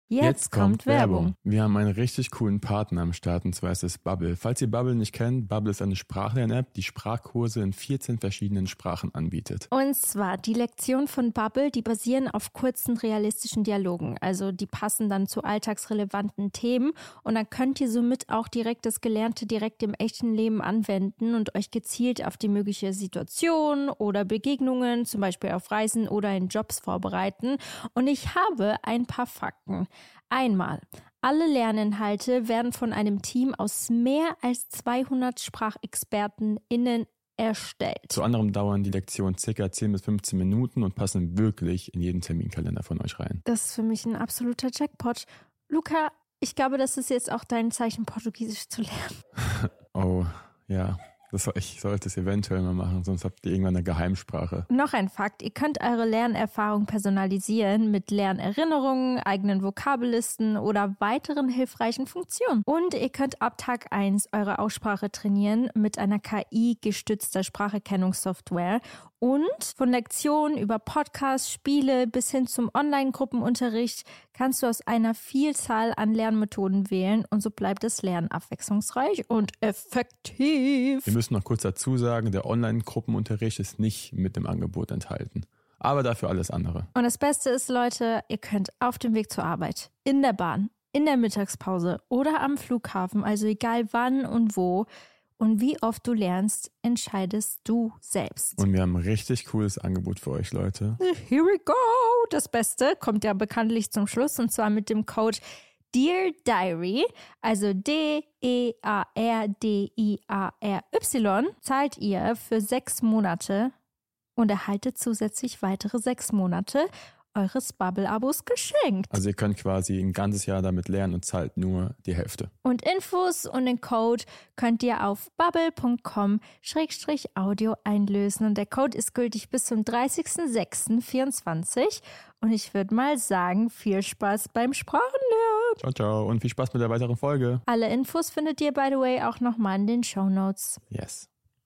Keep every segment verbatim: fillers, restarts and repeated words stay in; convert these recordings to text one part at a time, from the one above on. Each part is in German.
Jetzt, Jetzt kommt, kommt Werbung. Werbung. Wir haben einen richtig coolen Partner am Start, und zwar ist es Babbel. Falls ihr Babbel nicht kennt, Babbel ist eine Sprachlern-App, die Sprachkurse in vierzehn verschiedenen Sprachen anbietet. Und zwar die Lektionen von Babbel, die basieren auf kurzen, realistischen Dialogen. Also die passen dann zu alltagsrelevanten Themen und dann könnt ihr somit auch direkt das Gelernte direkt im echten Leben anwenden und euch gezielt auf die mögliche Situation oder Begegnungen, zum Beispiel auf Reisen oder in Jobs vorbereiten. Und ich habe ein paar Fakten. Einmal, alle Lerninhalte werden von einem Team aus mehr als zweihundert SprachexpertenInnen erstellt. Zu anderem dauern die Lektionen ca. zehn bis fünfzehn Minuten und passen wirklich in jeden Terminkalender von euch rein. Das ist für mich ein absoluter Jackpot. Luca, ich glaube, das ist jetzt auch dein Zeichen, Portugiesisch zu lernen. Oh, ja. Das soll, ich sollte es eventuell mal machen, sonst habt ihr irgendwann eine Geheimsprache. Noch ein Fakt, ihr könnt eure Lernerfahrung personalisieren mit Lernerinnerungen, eigenen Vokabellisten oder weiteren hilfreichen Funktionen. Und ihr könnt ab Tag eins eure Aussprache trainieren mit einer K I-gestützter Spracherkennungssoftware. Und von Lektionen über Podcasts, Spiele bis hin zum Online-Gruppenunterricht kannst du aus einer Vielzahl an Lernmethoden wählen und so bleibt das Lernen abwechslungsreich und effektiv. Wir müssen noch kurz dazu sagen, der Online-Gruppenunterricht ist nicht mit dem Angebot enthalten. Aber dafür alles andere. Und das Beste ist, Leute, ihr könnt auf dem Weg zur Arbeit, in der Bahn, in der Mittagspause oder am Flughafen, also egal wann und wo, und wie oft du lernst, entscheidest du selbst. Und wir haben ein richtig cooles Angebot für euch, Leute. Here we go! Das Beste kommt ja bekanntlich zum Schluss, und zwar mit dem Code Dear Diary, also D E A R D I A R Y, zahlt ihr für sechs Monate und erhaltet zusätzlich weitere sechs Monate eures Babbel-Abos geschenkt. Also ihr könnt quasi ein ganzes Jahr damit lernen und zahlt nur die Hälfte. Und Infos und den Code könnt ihr auf babbel punkt com Schrägstrich Audio einlösen. Und der Code ist gültig bis zum dreißigsten sechsten vierundzwanzig. Und ich würde mal sagen, viel Spaß beim Sprachenlernen. Ciao, ciao und viel Spaß mit der weiteren Folge. Alle Infos findet ihr, by the way, auch nochmal in den Shownotes. Yes.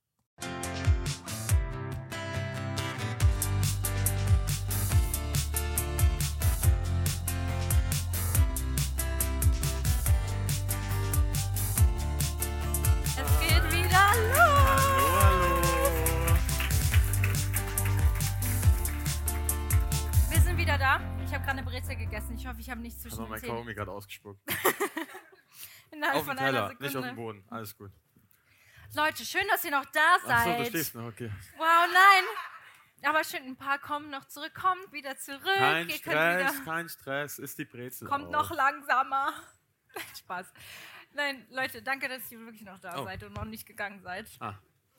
Da. Ich habe gerade eine Brezel gegessen. Ich hoffe, ich habe nichts zwischen den Zähnen. Ich habe mein Kaugummi gerade ausgespuckt. Innerhalb auf von dem Teller, einer Sekunde. nicht auf dem Boden. Alles gut. Leute, schön, dass ihr noch da seid. Ach so, du stehst noch, okay. Wow, nein. Aber schön, ein paar kommen noch zurück. Kommt wieder zurück. Kein ihr Stress, wieder... kein Stress. Ist die Brezel Kommt auch. noch langsamer. Spaß. Nein, Leute, danke, dass ihr wirklich noch da oh. seid und noch nicht gegangen seid. Ah.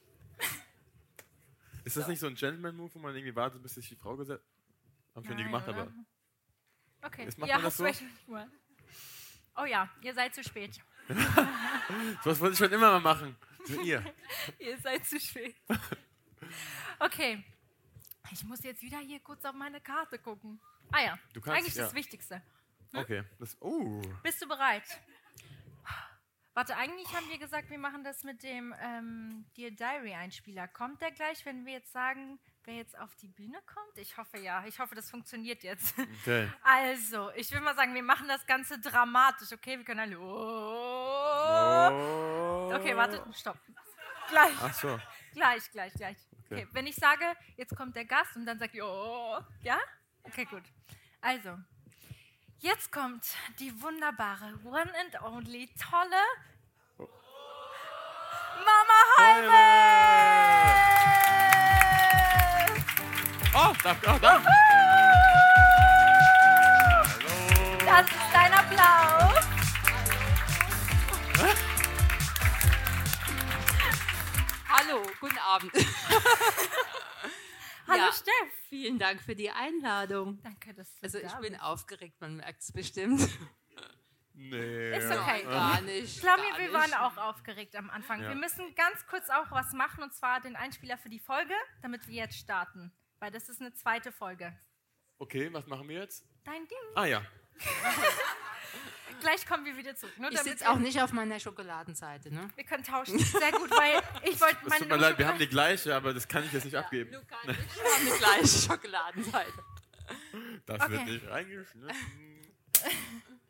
Ist das so. Nicht so ein Gentleman-Move, wo man irgendwie wartet, bis sich die Frau gesetzt hat? Haben wir nie gemacht, oder? aber... Okay, Jetzt macht ja, man das so? Mal. Oh ja, ihr seid zu spät. Das wollte ich schon immer mal machen. So ihr. Ihr seid zu spät. Okay, ich muss jetzt wieder hier kurz auf meine Karte gucken. Ah ja, du kannst, eigentlich ja. das Wichtigste. Hm? Okay. Das, uh. Bist du bereit? Warte, eigentlich haben wir gesagt, wir machen das mit dem ähm, Dear Diary-Einspieler. Kommt der gleich, wenn wir jetzt sagen, wer jetzt auf die Bühne kommt? Ich hoffe ja. Ich hoffe, das funktioniert jetzt. Okay. Also, ich will mal sagen, wir machen das Ganze dramatisch, okay? Wir können alle... Oh. Okay, warte, stopp. Gleich. Ach so. Gleich, gleich, gleich. Okay. Okay, wenn ich sage, jetzt kommt der Gast und dann sagt ihr, oh, ja? Okay, gut. Also... Jetzt kommt die wunderbare, one and only, tolle Mama Halbe! Oh, da, da, da! Hallo! Das ist dein Applaus! Hallo, guten Abend. Hallo ja, Steff. Vielen Dank für die Einladung. Danke, dass du Also da ich bin bist. aufgeregt, man merkt es bestimmt. Nee. Ist okay. Nein, gar nicht. Glaub mir, gar wir nicht. waren auch aufgeregt am Anfang. Ja. Wir müssen ganz kurz auch was machen, und zwar den Einspieler für die Folge, damit wir jetzt starten. Weil das ist eine zweite Folge. Okay, was machen wir jetzt? Dein Ding. Ah ja. Gleich kommen wir wieder zurück. Nur Ich damit sitze wir- auch nicht auf meiner Schokoladenseite, ne? Wir können tauschen. Sehr gut, weil ich wollte Es meine tut mir leid, wir haben die gleiche, aber das kann ich jetzt nicht abgeben. Luca und ich haben die gleiche Schokoladenseite. Das Okay. wird nicht reingeschnitten.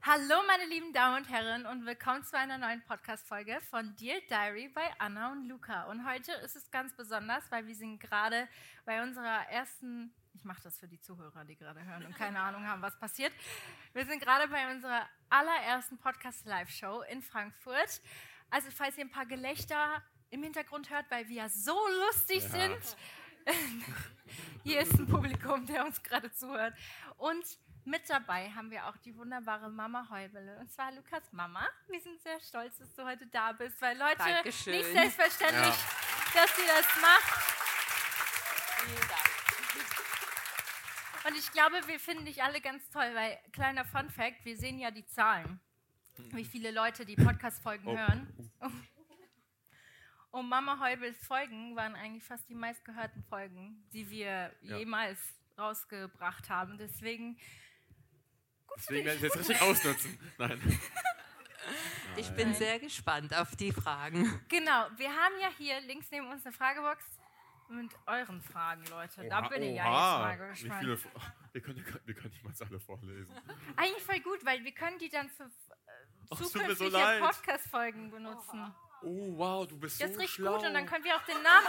Hallo meine lieben Damen und Herren und willkommen zu einer neuen Podcast-Folge von Dear Diary bei Anna und Luca. Und heute ist es ganz besonders, weil wir sind gerade bei unserer ersten, ich mache das für die Zuhörer, die gerade hören und keine Ahnung haben, was passiert. Wir sind gerade bei unserer allerersten Podcast-Live-Show in Frankfurt. Also falls ihr ein paar Gelächter im Hintergrund hört, weil wir so lustig ja. sind, hier ist ein Publikum, der uns gerade zuhört. Und mit dabei haben wir auch die wunderbare Mama Heubele, und zwar Lukas Mama. Wir sind sehr stolz, dass du heute da bist, weil Leute, Dankeschön. nicht selbstverständlich, ja. dass sie das macht. Vielen Dank. Und ich glaube, wir finden dich alle ganz toll, weil, kleiner Fun-Fact, wir sehen ja die Zahlen, wie viele Leute die Podcast-Folgen oh. hören. Und Mama Heubels Folgen waren eigentlich fast die meistgehörten Folgen, die wir ja. jemals rausgebracht haben. Deswegen Deswegen werden wir es jetzt richtig ausnutzen. Nein. Ich bin Nein. sehr gespannt auf die Fragen. Genau, wir haben ja hier links neben uns eine Fragebox mit euren Fragen, Leute. Oha, da bin ich ja jetzt mal gespannt. Wie viele, wir, können, wir können nicht mal alle vorlesen. Eigentlich voll gut, weil wir können die dann für äh, zukünftige so Podcast-Folgen benutzen. Oha. Oh, wow, du bist das so ist richtig schlau. gut und dann können wir auch den Namen...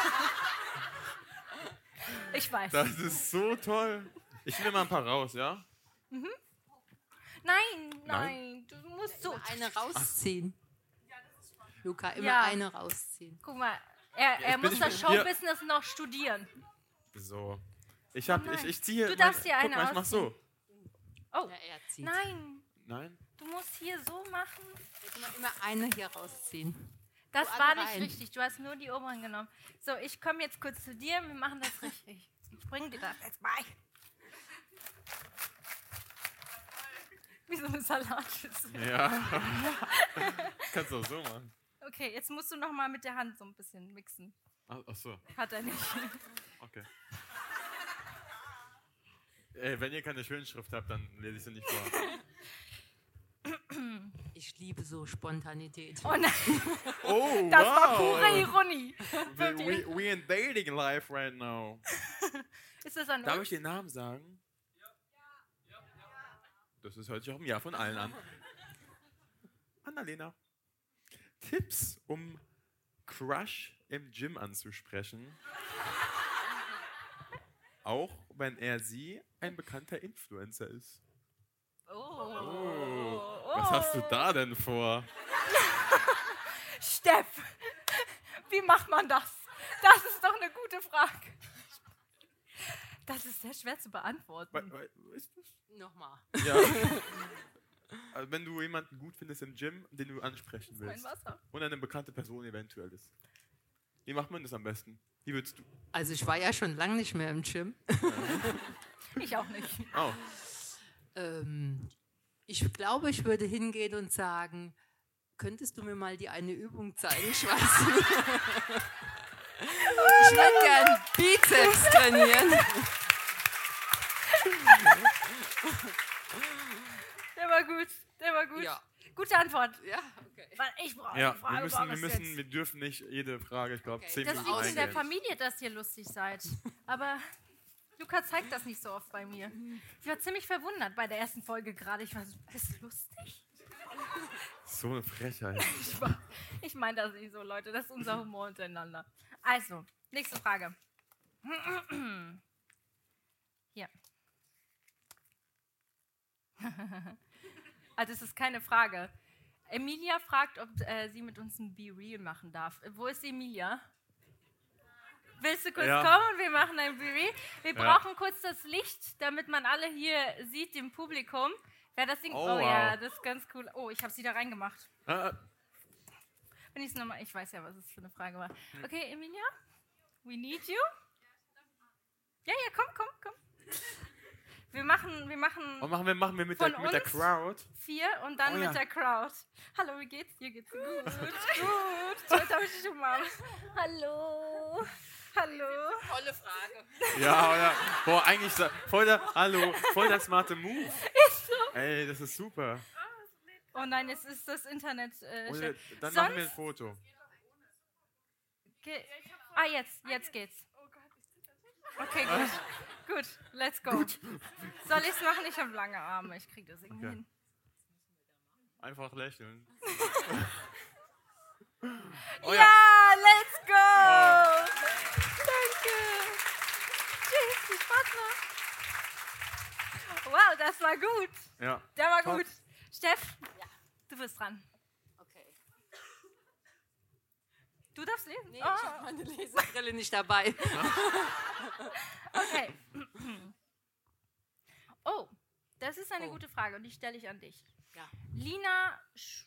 Ich weiß. Das ist so toll. Ich nehme mal ein paar raus, ja? Mhm. Nein, nein, nein, du musst so eine rausziehen. Luca, immer ja. eine rausziehen. Guck mal, er, er muss das Showbusiness noch studieren. So. Ich hab, oh ich, ich ziehe. Du darfst dir eine Guck mal, ich mach so. Oh, ja, er zieht. Nein. Nein. Du musst hier so machen. Jetzt mal immer eine hier rausziehen. Das du war nicht rein. Richtig, du hast nur die oberen genommen. So, ich komme jetzt kurz zu dir, wir machen das richtig. Ich bring dir das jetzt bei. Wie so eine Salatschüssel. Ja. Kannst du auch so machen. Okay, jetzt musst du noch mal mit der Hand so ein bisschen mixen. Ach, ach so. Hat er nicht. Okay. Ey, wenn ihr keine Schönschrift habt, dann lese ich sie nicht vor. Ich liebe so Spontanität. Oh nein. Oh, das wow. war pure Ironie. We, we, we in dating life right now. Ist das ein Darf ich den Namen sagen? Ja. Ja. Das ist, hört sich auch im Ja von allen an. Annalena. Tipps, um Crush im Gym anzusprechen. Auch wenn er sie ein bekannter Influencer ist. Oh. Oh. Was hast du da denn vor? Steff, wie macht man das? Das ist doch eine gute Frage. Das ist sehr schwer zu beantworten. We- we- ist das? Nochmal. Ja. Also wenn du jemanden gut findest im Gym, den du ansprechen willst. Mein Wasser. Und eine bekannte Person eventuell ist. Wie macht man das am besten? Wie würdest du? Also ich war ja schon lange nicht mehr im Gym. Ich auch nicht. Oh. ähm, ich glaube, ich würde hingehen und sagen, könntest du mir mal die eine Übung zeigen? Ich weiß nicht. Ich würde gern Bizeps trainieren. Der war gut, der war gut. Ja. Gute Antwort. Ja, okay. Weil ich brauche Ja, eine Frage. wir müssen, wir müssen, jetzt. wir dürfen nicht jede Frage, ich glaube, Okay. zehn Das Minuten liegt in der eingehen. Familie, dass ihr lustig seid. Aber Luca zeigt das nicht so oft bei mir. Ich war ziemlich verwundert bei der ersten Folge gerade. Ich war so, ist das lustig? So eine Frechheit. Ich, war- ich meine das nicht so, Leute. Das ist unser Humor untereinander. Also, nächste Frage. Hier. Also, es ist keine Frage. Emilia fragt, ob äh, sie mit uns ein Be Real machen darf. Äh, Wo ist Emilia? Willst du kurz Ja. kommen und wir machen ein Be Real? Wir Ja. brauchen kurz das Licht, damit man alle hier sieht, im Publikum. Wer das singt? Oh, Oh, ja, wow. das ist ganz cool. Oh, ich habe sie da reingemacht. Ah, Wenn ich's noch mal, ich weiß ja, was es für eine Frage war. Okay, Emilia, we need you. Ja, ja, komm, komm, komm. Wir machen, wir machen und machen wir, machen wir mit, Von der, mit der uns? Crowd. vier und dann Oh, mit ja. der Crowd. Hallo, wie geht's dir? Geht's dir gut? Gut. Jetzt habe ich dich umarmt. Hallo. Hallo. Tolle Frage. Ja, oder? Boah, eigentlich so- voll der, hallo, voll der smarte Move. Ist so. Ey, das ist super. Oh nein, jetzt ist das Internet. Äh, Oder, schlecht. dann Sonst- machen wir ein Foto. Ge ah, jetzt, jetzt geht's. Okay, gut. Gut, let's go. Soll ich's machen? Ich habe lange Arme. Ich krieg das irgendwie Okay. hin. Einfach lächeln. Oh, ja. ja, let's go! Oh. Danke. Tschüss, viel Spaß noch. Wow, das war gut. Ja. Der war Top. gut. Steff, ja. Du bist dran. Okay. Du darfst lesen? Nee, oh. ich habe meine Lesebrille nicht dabei. Okay. Oh, das ist eine Oh. gute Frage und die stelle ich an dich. Ja. Lina Sch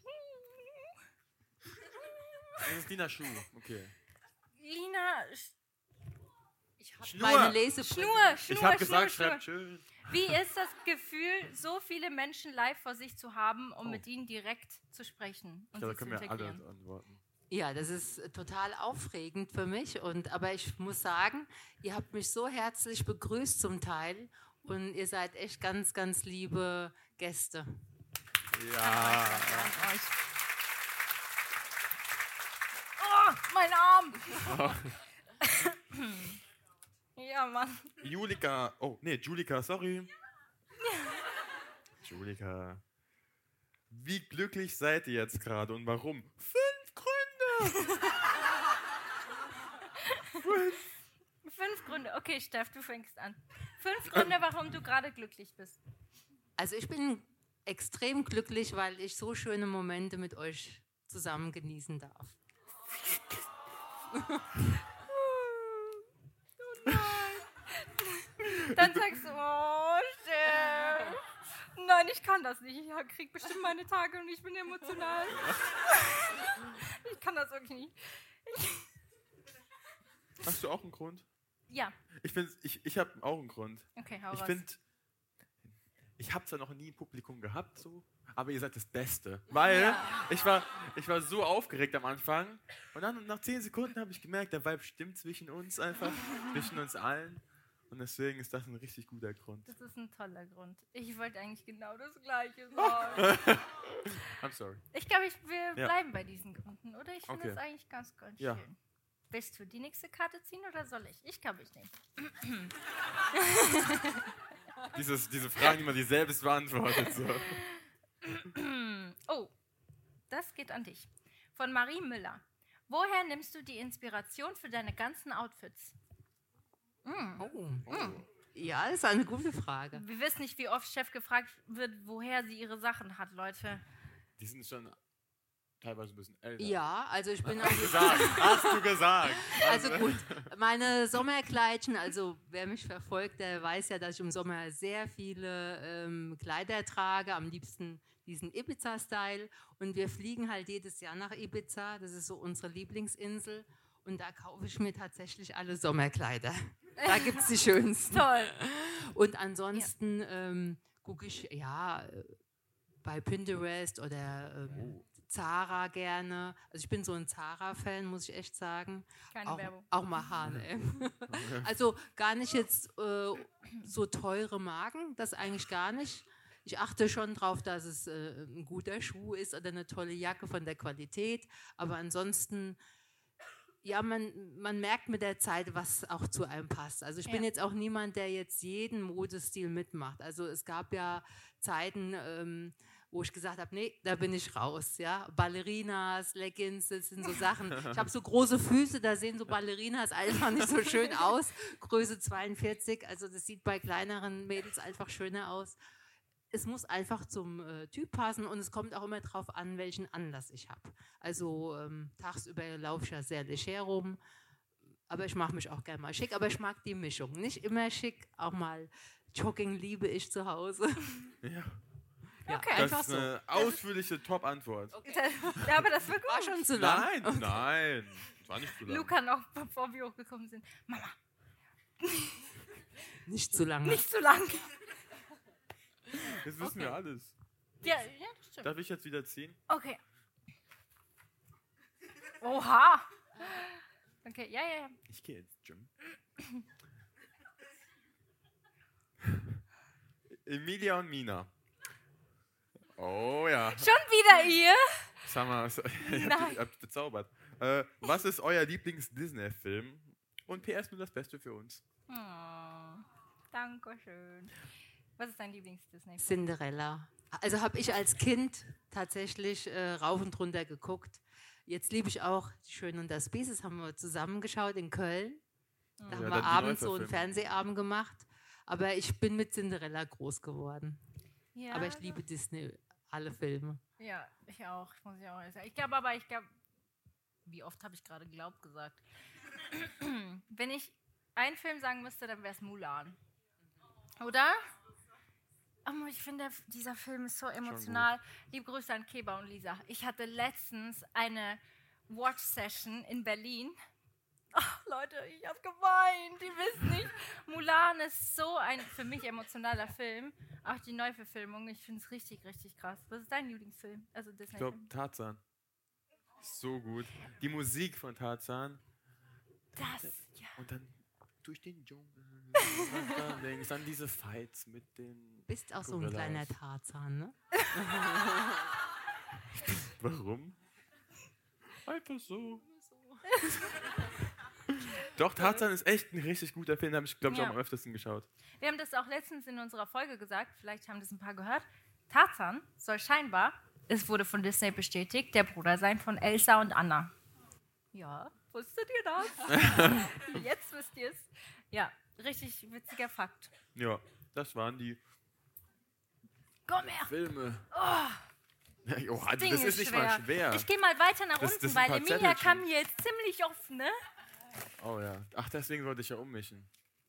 Das ist Lina Schuh. Okay. Lina Sch Ich habe Schnur. meine Lesebrille. Schnur, Schnur, Ich habe Schnur, gesagt, Schnur. schreibt schön. Wie ist das Gefühl, so viele Menschen live vor sich zu haben, um Oh. mit ihnen direkt zu sprechen und Da sie zu können wir alle integrieren? antworten. Ja, das ist äh, total aufregend für mich. Und, aber ich muss sagen, ihr habt mich so herzlich begrüßt zum Teil. Und ihr seid echt ganz, ganz liebe Gäste. Ja. An euch. Oh, mein Arm! Ja, Mann. Julika. Oh, nee, Julika, sorry. Julika. Wie glücklich seid ihr jetzt gerade und warum? Fünf Gründe! Fünf Gründe. Okay, Steff, du fängst an. Fünf Gründe, warum du gerade glücklich bist. Also ich bin extrem glücklich, weil ich so schöne Momente mit euch zusammen genießen darf. Dann sagst du, oh, Steff. Nein, ich kann das nicht. Ich krieg bestimmt meine Tage und ich bin emotional. Ich kann das wirklich nicht. Hast du auch einen Grund? Ja, Ich, find's- ich, ich habe auch einen Grund. okay, hau Ich raus. finde, ich habe zwar noch nie ein Publikum gehabt, so, aber ihr seid das Beste. Weil Ja. ich, war, ich war so aufgeregt am Anfang und dann nach zehn Sekunden habe ich gemerkt, der Vibe stimmt zwischen uns einfach, zwischen uns allen. Und deswegen ist das ein richtig guter Grund. Das ist ein toller Grund. Ich wollte eigentlich genau das Gleiche sagen. I'm sorry. Ich glaube, ich, wir Ja. bleiben bei diesen Gründen, oder? Ich finde Okay. das eigentlich ganz, ganz Ja. schön. Willst du die nächste Karte ziehen oder soll ich? Ich glaube, ich nehme. Dieses, diese Fragen, die man sich selbst beantwortet. So. Oh, das geht an dich. Von Marie Müller. Woher nimmst du die Inspiration für deine ganzen Outfits? Oh. Ja, das ist eine gute Frage. Wir wissen nicht, wie oft Chef gefragt wird, woher sie ihre Sachen hat, Leute. Die sind schon teilweise ein bisschen älter. Ja, also ich bin auch Gesagt, hast du gesagt. Also gut, meine Sommerkleidchen, also wer mich verfolgt, der weiß ja, dass ich im Sommer sehr viele ähm, Kleider trage, am liebsten diesen Ibiza-Style. Und wir fliegen halt jedes Jahr nach Ibiza, das ist so unsere Lieblingsinsel. Und da kaufe ich mir tatsächlich alle Sommerkleider. Da gibt es die schönsten. Toll. Und ansonsten ähm, gucke ich, ja, äh, bei Pinterest oder ähm, Zara gerne. Also ich bin so ein Zara-Fan, muss ich echt sagen. Keine auch, Werbung. Auch mal H und M. Also gar nicht jetzt äh, so teure Marken, das eigentlich gar nicht. Ich achte schon drauf, dass es äh, ein guter Schuh ist oder eine tolle Jacke von der Qualität. Aber ansonsten, ja, man, man merkt mit der Zeit, was auch zu einem passt. Also ich bin Ja. jetzt auch niemand, der jetzt jeden Modestil mitmacht. Also es gab ja Zeiten, ähm, wo ich gesagt habe, nee, da bin ich raus. Ja? Ballerinas, Leggings, das sind so Sachen. Ich habe so große Füße, da sehen so Ballerinas einfach nicht so schön aus. Größe zweiundvierzig, also das sieht bei kleineren Mädels einfach schöner aus. Es muss einfach zum äh, Typ passen und es kommt auch immer darauf an, welchen Anlass ich habe. Also ähm, tagsüber laufe ich ja sehr leger rum, aber ich mache mich auch gerne mal schick. Aber ich mag die Mischung. Nicht immer schick, auch mal Jogging liebe ich zu Hause. Ja. Ja, Okay. Das einfach ist so. eine ausführliche Top-Antwort. Ja, aber das war War gut. schon zu lang. Nein, nein. Das war nicht zu lang. Luca noch, bevor wir hochgekommen sind. Mama, Nicht zu lange. nicht zu lang. Jetzt wissen wir alles. Ja, ja, das stimmt. Darf ich jetzt wieder ziehen? Okay. Oha. Okay, ja, ja, ja. Ich gehe ins Gym. Emilia und Mina. Oh ja. Schon wieder ihr? Sag mal, ihr habt, ihr habt bezaubert. Äh, was ist euer Lieblings-Disney-Film? Und P S nur das Beste für uns. Oh, danke schön. Was ist dein Lieblings-Disney? Cinderella. Also habe ich als Kind tatsächlich äh, rauf und runter geguckt. Jetzt liebe ich auch Die Schöne und das Biest. Das haben wir zusammengeschaut in Köln. Da Ja, haben dann wir die abends so einen Neuverfilmung. Fernsehabend gemacht. Aber ich bin mit Cinderella groß geworden. Ja, Aber ich liebe Disney, alle Filme. Ja, ich auch, muss ich auch sagen. Ich glaube aber, ich glaube, wie oft habe ich gerade glaubt gesagt? Wenn ich einen Film sagen müsste, dann wäre es Mulan. Oder? Oh, ich finde, dieser Film ist so emotional. Liebe Grüße an Keba und Lisa. Ich hatte letztens eine Watch-Session in Berlin. Ach, Leute, ich habe geweint. Die wissen nicht. Mulan ist so ein für mich emotionaler Film. Auch die Neuverfilmung. Ich finde es richtig, richtig krass. Was ist dein Lieblingsfilm? Also Ich Disney. glaube, Tarzan. So gut. Die Musik von Tarzan. Das, ja. Und dann durch den Dschungel. Links, dann diese Fights mit den. Bist auch so ein Gorillas. kleiner Tarzan, ne? Warum? Einfach so. Doch, Tarzan ist echt ein richtig guter Film. Den habe ich, glaube ich, Ja. auch am öftesten geschaut. Wir haben das auch letztens in unserer Folge gesagt. Vielleicht haben das ein paar gehört. Tarzan soll scheinbar, es wurde von Disney bestätigt, der Bruder sein von Elsa und Anna. Ja, wusstet ihr das? Jetzt wisst ihr es. Ja, richtig witziger Fakt. Ja, das waren die Komm her! Filme. Oh, also Ding das ist nicht schwer. mal schwer. Ich gehe mal weiter nach Das- unten, das sind ein weil paar Emilia Zettelchen. kam hier jetzt ziemlich offen, ne? Oh ja. Ach, deswegen wollte ich ja ummischen.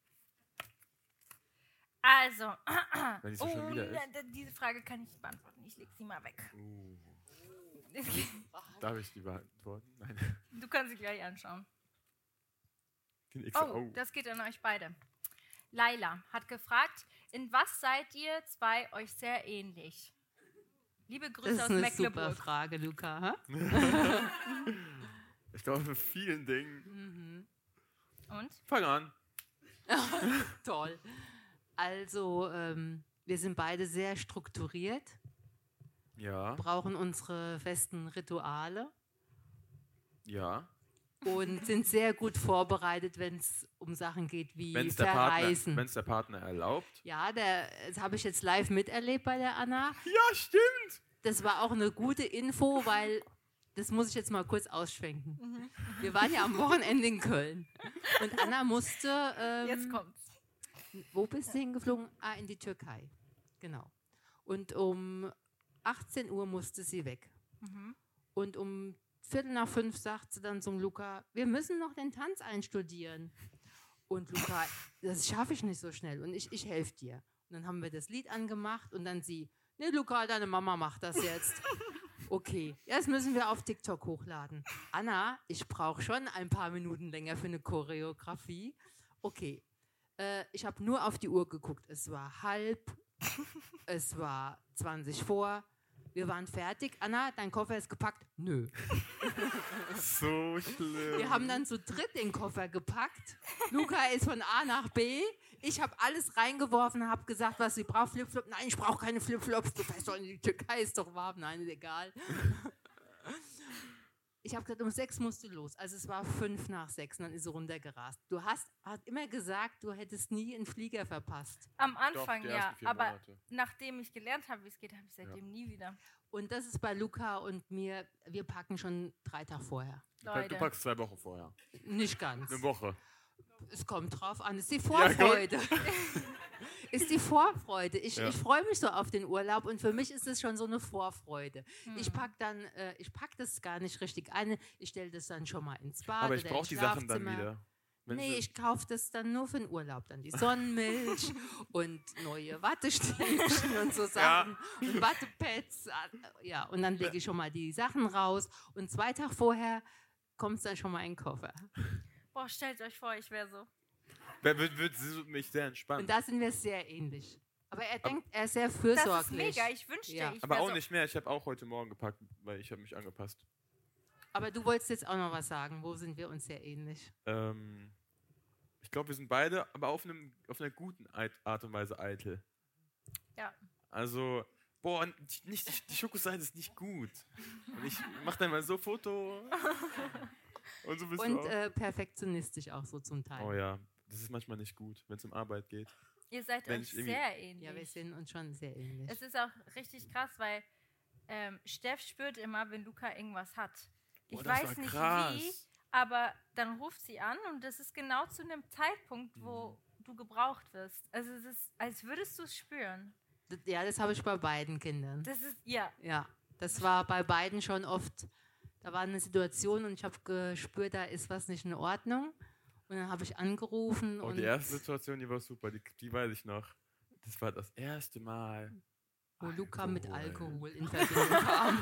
Also, Wenn die so oh, schon wieder ist. ne, diese Frage kann ich nicht beantworten. Ich leg sie mal weg. Uh, darf ich die beantworten? Nein. Du kannst sie gleich anschauen. Den X O. Oh, das geht an euch beide. Laila hat gefragt, in was seid ihr zwei euch sehr ähnlich? Liebe Das Grüße ist aus eine super Mecklenburg. Frage, Luca. Hä? Ich glaube, für vielen Dingen. Und? Fang an. Toll. Also, ähm, wir sind beide sehr strukturiert, Ja, brauchen unsere festen Rituale ja. und sind sehr gut vorbereitet, wenn es um Sachen geht wie Wenn es der, Partner- Verreisen. wenn's der Partner erlaubt. Ja, der, das habe ich jetzt live miterlebt bei der Anna. Ja, stimmt. Das war auch eine gute Info, weil das muss ich jetzt mal kurz ausschwenken. Wir waren ja am Wochenende in Köln und Anna musste. Ähm, Jetzt kommt's. Wo bist du hingeflogen? Ah, in die Türkei. Genau. Und um achtzehn Uhr musste sie weg. Und um Viertel nach fünf sagt sie dann zum Luca, wir müssen noch den Tanz einstudieren. Und Luca, das schaffe ich nicht so schnell. Und ich, ich helfe dir. Und dann haben wir das Lied angemacht und dann sie, nee, Luca, deine Mama macht das jetzt. Okay, jetzt müssen wir auf TikTok hochladen. Anna, ich brauche schon ein paar Minuten länger für eine Choreografie. Okay, äh, ich habe nur auf die Uhr geguckt. Es war halb, es war zwanzig vor. Wir waren fertig. Anna, dein Koffer ist gepackt? Nö. So schlimm. Wir haben dann zu dritt den Koffer gepackt. Luca ist von A nach B. Ich habe alles reingeworfen, habe gesagt, was sie braucht. Flipflop. Nein, ich brauche keine Flipflops. Du fährst doch in die Türkei, ist doch warm. Nein, ist egal. Ich habe gesagt, um sechs musst du los. Also es war fünf nach sechs und dann ist sie runtergerast. Du hast, hast immer gesagt, du hättest nie einen Flieger verpasst. Am Anfang die ja, ersten vier aber Monate. nachdem ich gelernt habe, wie es geht, habe ich seitdem nie wieder. Und das ist bei Luca und mir, wir packen schon drei Tage vorher. Du pack- Leute. Du packst zwei Wochen vorher. Nicht ganz. Eine Woche. Es kommt drauf an, ist die Ja, Vorfreude. ist die Vorfreude. Ich, Ja. ich freue mich so auf den Urlaub und für mich ist es schon so eine Vorfreude. Hm. Ich pack dann, äh, ich pack das gar nicht richtig ein. Ich stelle das dann schon mal ins Bad Aber ich oder brauche ins die Sachen dann Schlafzimmer. wieder. Wenn Nee, sie- ich kaufe das dann nur für den Urlaub. Dann die Sonnenmilch und neue Wattestäbchen und so Sachen. Und Wattepads. Ja, und dann lege ich schon mal die Sachen raus. Und zwei Tage vorher kommt es dann schon mal in den Koffer. Boah, stellt euch vor, ich wäre so. Wer wird, wird sie mich sehr entspannen. Und da sind wir sehr ähnlich. Aber er Aber- denkt, er ist sehr Das fürsorglich. ist mega, ich wünschte, Ja. ich Aber wär auch so. nicht mehr. Ich habe auch heute Morgen gepackt, weil ich habe mich angepasst. Aber du wolltest jetzt auch noch was sagen. Wo sind wir uns sehr ähnlich? Ähm, ich glaube, wir sind beide, aber auf, einem, auf einer guten Eit- Art und Weise eitel. Ja. Also, boah, und die- nicht, die, die Schokoseite ist nicht gut. Und ich mache dann mal so Foto. Und so bist Und du auch. äh, perfektionistisch auch so zum Teil. Oh ja, das ist manchmal nicht gut, wenn es um Arbeit geht. Ihr seid Wenn euch ich irgendwie- sehr ähnlich. Ja, wir sind uns schon sehr ähnlich. Es ist auch richtig krass, weil ähm, Steff spürt immer, wenn Luca irgendwas hat. Ich Oh, das weiß war nicht krass. wie, aber dann ruft sie an und das ist genau zu einem Zeitpunkt, wo Mhm. du gebraucht wirst. Also es ist, als würdest du es spüren. D- Ja, das habe ich bei beiden Kindern. Das ist, ja, Ja, das war bei beiden schon oft. Da war eine Situation und ich habe gespürt, da ist was nicht in Ordnung. Und dann habe ich angerufen Oh, und die erste Situation, die war super, die, die weiß ich noch. Das war das erste Mal. wo Luca mit Alkohol. Alkohol in Verbindung kam.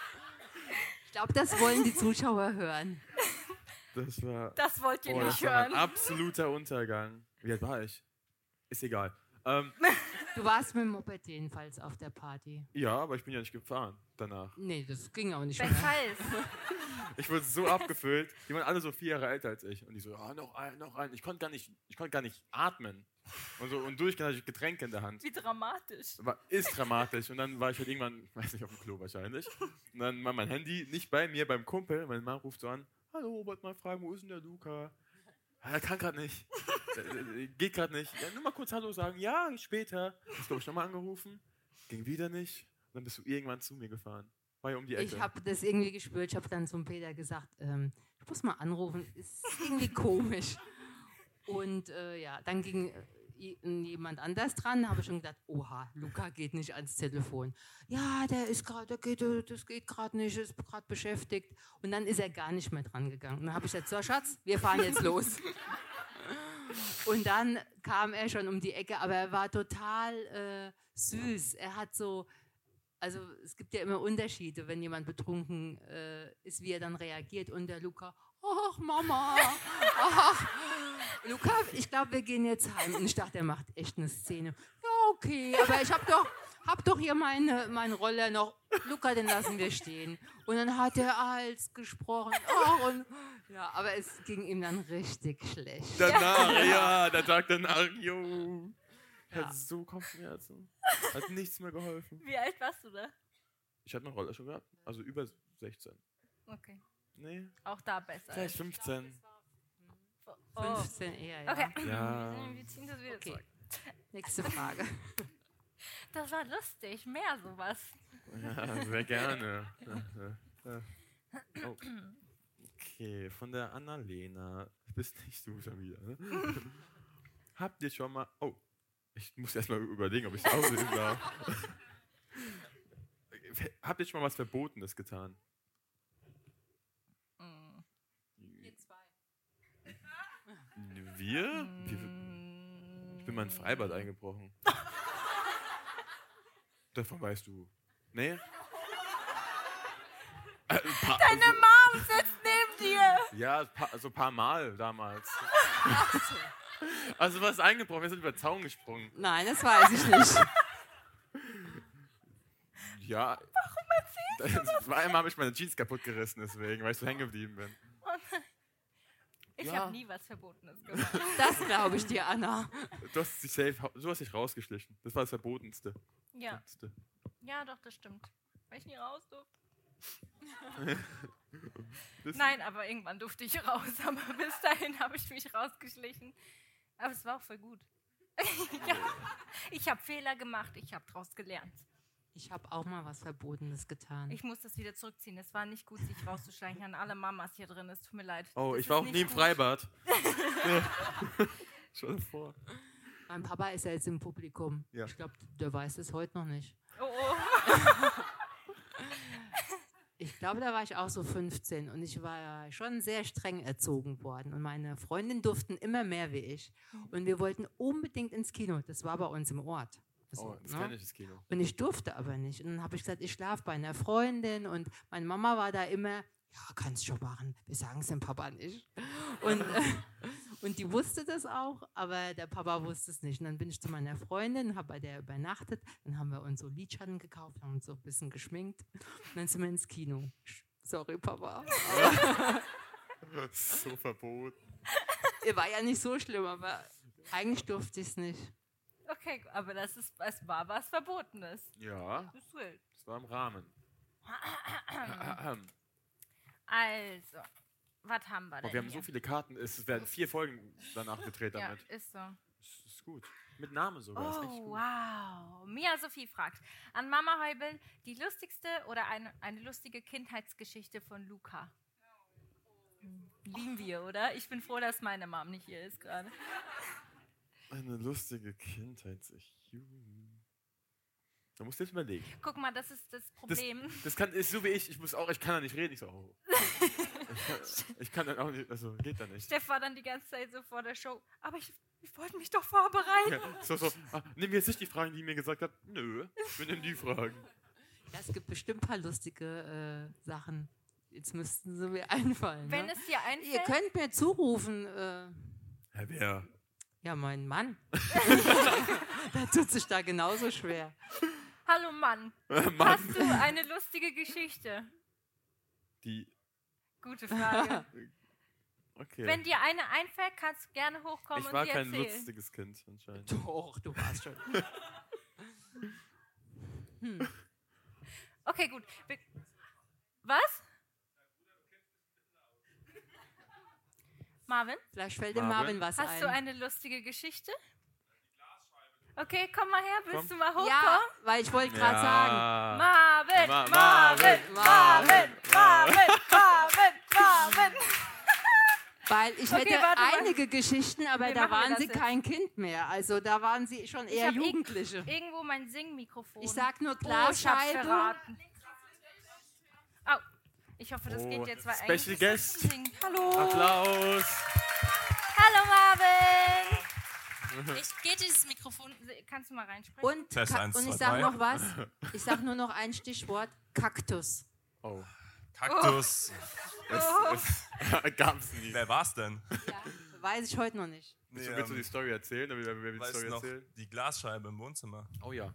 Ich glaube, das wollen die Zuschauer hören. Das war, das wollt ihr oh, nicht das war ein hören. absoluter Untergang. Wie alt war ich? Ist egal. Ähm, Du warst mit dem Moped jedenfalls auf der Party. ja, aber ich bin ja nicht gefahren danach. Nee, das ging auch nicht mehr. Weshalb? Ich wurde so abgefüllt. Die waren alle so vier Jahre älter als ich. Und die so, ah, noch ein, noch ein. Ich konnte gar nicht, ich konnte gar nicht atmen. Und, so, und durchgehend hatte ich Getränke in der Hand. Wie dramatisch. War, ist dramatisch. Und dann war ich halt irgendwann, ich weiß nicht, auf dem Klo wahrscheinlich. Und dann war mein Handy nicht bei mir, beim Kumpel. Meine Mama ruft so an, hallo, wollte mal fragen, wo ist denn der Luca? Ah, er kann gerade nicht. Äh, äh, Geht gerade nicht. Ja, nur mal kurz Hallo sagen. Ja, später. Hast glaube ich nochmal angerufen. Ging wieder nicht. Und dann bist du irgendwann zu mir gefahren. War ja um die Ecke. Ich habe das irgendwie gespürt. Ich habe dann zum Peter gesagt, ähm, ich muss mal anrufen. Ist irgendwie komisch. Und äh, ja, dann ging äh, i- jemand anders dran. Da habe ich schon gedacht, oha, Luca geht nicht ans Telefon. Ja, der ist gerade, der geht, äh, das geht gerade nicht, ist gerade beschäftigt. Und dann ist er gar nicht mehr dran gegangen. Und dann habe ich gesagt, so Schatz, wir fahren jetzt los. Und dann kam er schon um die Ecke, aber er war total äh, süß. Er hat so, also es gibt ja immer Unterschiede, wenn jemand betrunken äh, ist, wie er dann reagiert. Und der Luca, ach Mama, ach. Luca, ich glaube, wir gehen jetzt heim. Und ich dachte, er macht echt eine Szene. Ja, okay, aber ich habe doch, hab doch hier meine, meinen Roller noch. Luca, den lassen wir stehen. Und dann hat er als gesprochen. Oh, und, ja, aber es ging ihm dann richtig schlecht. Danach, ja, der Tag danach, jo. Ja. Hat so Kopfschmerzen. Hat nichts mehr geholfen. Wie alt warst du da? Ich hatte einen Roller schon gehabt. Also über sechzehn. Okay. Nee, Auch da besser. vielleicht fünfzehn. Oh. fünfzehn eher, ja. Okay. Ja. Wir ziehen das wieder Okay. zurück. Nächste Frage. Das war lustig. Mehr sowas. Ja, sehr gerne. Oh. Okay, von der Annalena. Bist nicht du schon wieder, ne? Habt ihr schon mal... Oh, ich muss erst mal überlegen, ob ich es auslesen darf. Habt ihr schon mal was Verbotenes getan? Mm. Wir? Ich bin mal in ein Freibad eingebrochen. Davon weißt du. Nee? Äh, pa- Deine also, Mom sitzt neben dir. ja, pa so ein paar Mal damals. Also was eingebrochen, wir sind über den Zaun gesprungen. Nein, das weiß ich nicht. Ja. Warum erzählst du das? Zweimal habe ich meine Jeans kaputt gerissen, deswegen, weil ich so hängen geblieben bin. Ich Ja. habe nie was Verbotenes gemacht. Das glaube ich dir, Anna. Du hast dich safe, du hast dich rausgeschlichen. Das war das Verbotenste. Ja. Verbotenste. Ja, doch, das stimmt. Weil ich nie raus durfte. Das- Nein, aber irgendwann durfte ich raus. Aber bis dahin habe ich mich rausgeschlichen. Aber es war auch voll gut. ja. Ich habe Fehler gemacht, ich habe daraus gelernt. Ich habe auch mal was Verbotenes getan. Ich muss das wieder zurückziehen. Es war nicht gut, sich rauszuschleichen an alle Mamas hier drin. Es tut mir leid. Oh, Das ich war ist auch nie nicht im gut. Freibad. Schon vor. Mein Papa ist ja jetzt im Publikum. Ja. Ich glaube, der weiß es heute noch nicht. Oh, oh. Ich glaube, da war ich auch so fünfzehn und ich war ja schon sehr streng erzogen worden. Und meine Freundinnen durften immer mehr wie ich. Und wir wollten unbedingt ins Kino. Das war bei uns im Ort. Oh, Also, das ne? kenne ich, das Kino. Und ich durfte aber nicht. Und dann habe ich gesagt, ich schlafe bei einer Freundin. Und meine Mama war da immer, ja, kannst schon machen. Wir sagen es dem Papa nicht. Und, äh, und die wusste das auch, aber der Papa wusste es nicht. Und dann bin ich zu meiner Freundin, habe bei der übernachtet. Dann haben wir uns so Lidschatten gekauft, haben uns so ein bisschen geschminkt. Und dann sind wir ins Kino. Sorry, Papa. So verboten. War ja nicht so schlimm, aber eigentlich durfte ich es nicht. Okay, aber das ist, es war was Verbotenes. Ja, Das ist wild. das war im Rahmen. Also, was haben wir denn Oh, wir haben hier? so viele Karten, es werden vier Folgen danach gedreht Ja, damit. ist so. Das ist gut. Mit Namen sogar. Ist echt Oh, gut. wow. Mia Sophie fragt, an Mama Heubel die lustigste oder eine, eine lustige Kindheitsgeschichte von Luca? Hm, lieben wir, oder? Ich bin froh, dass meine Mom nicht hier ist gerade. Eine lustige Kindheit. Da musst du jetzt überlegen. Guck mal, das ist das Problem. Das, das kann, ist so wie ich. Ich muss auch, ich kann da nicht reden. Ich so, oh. ich, kann, ich kann dann auch nicht, also geht da nicht. Steff war dann die ganze Zeit so vor der Show. Aber ich, ich wollte mich doch vorbereiten. Ja, so, so, ah, nimm jetzt nicht die Fragen, die mir gesagt hat. Nö, wir nehmen die Fragen. Ja, es gibt bestimmt ein paar lustige äh, Sachen. Jetzt müssten sie mir einfallen. Wenn ne? es dir einfällt. Ihr könnt mir zurufen. Äh, Herr Wer? ja, mein Mann. Der tut sich da genauso schwer. Hallo Mann, Mann. hast du eine lustige Geschichte? Die, Gute Frage. okay. Wenn dir eine einfällt, kannst du gerne hochkommen ich und war sie kein erzählen. lustiges Kind anscheinend. Doch, du warst schon. hm. Okay, gut. Wir- Was? Marvin, Vielleicht fällt dem Marvin? Marvin was hast ein. du eine lustige Geschichte? Okay, komm mal her, willst Komm. du mal hochkommen? ja, weil ich wollte gerade sagen. Marvin, Ma- Marvin, Marvin, Marvin, Marvin, Marvin, Marvin. Weil ich Okay, hätte warte mal. einige Geschichten, aber Wie da machen wir waren das sie jetzt? kein Kind mehr. Also da waren sie schon Ich eher hab irg- Jugendliche. Irgendwo mein Singmikrofon. Ich sag nur Oh, ich hab's Glasscheibe. verraten. Au, ich hoffe, das Oh, geht jetzt, weil Special eigentlich ist Guest. das ein Sing. Hallo. Applaus. Hallo Marvin. Ich, geht dieses Mikrofon, kannst du mal reinsprechen? Und, Test Ka- eins, und ich zwei, sag drei. noch was. Ich sag nur noch ein Stichwort. Kaktus. Oh. Kaktus. Es, es gab's nie. Wer war's denn? Ja, weiß ich heute noch nicht. Nee, Willst du willst du die ähm, Story erzählen? Oder wer, wer will die weißt Story du noch, erzählen? die Glasscheibe im Wohnzimmer. Oh ja.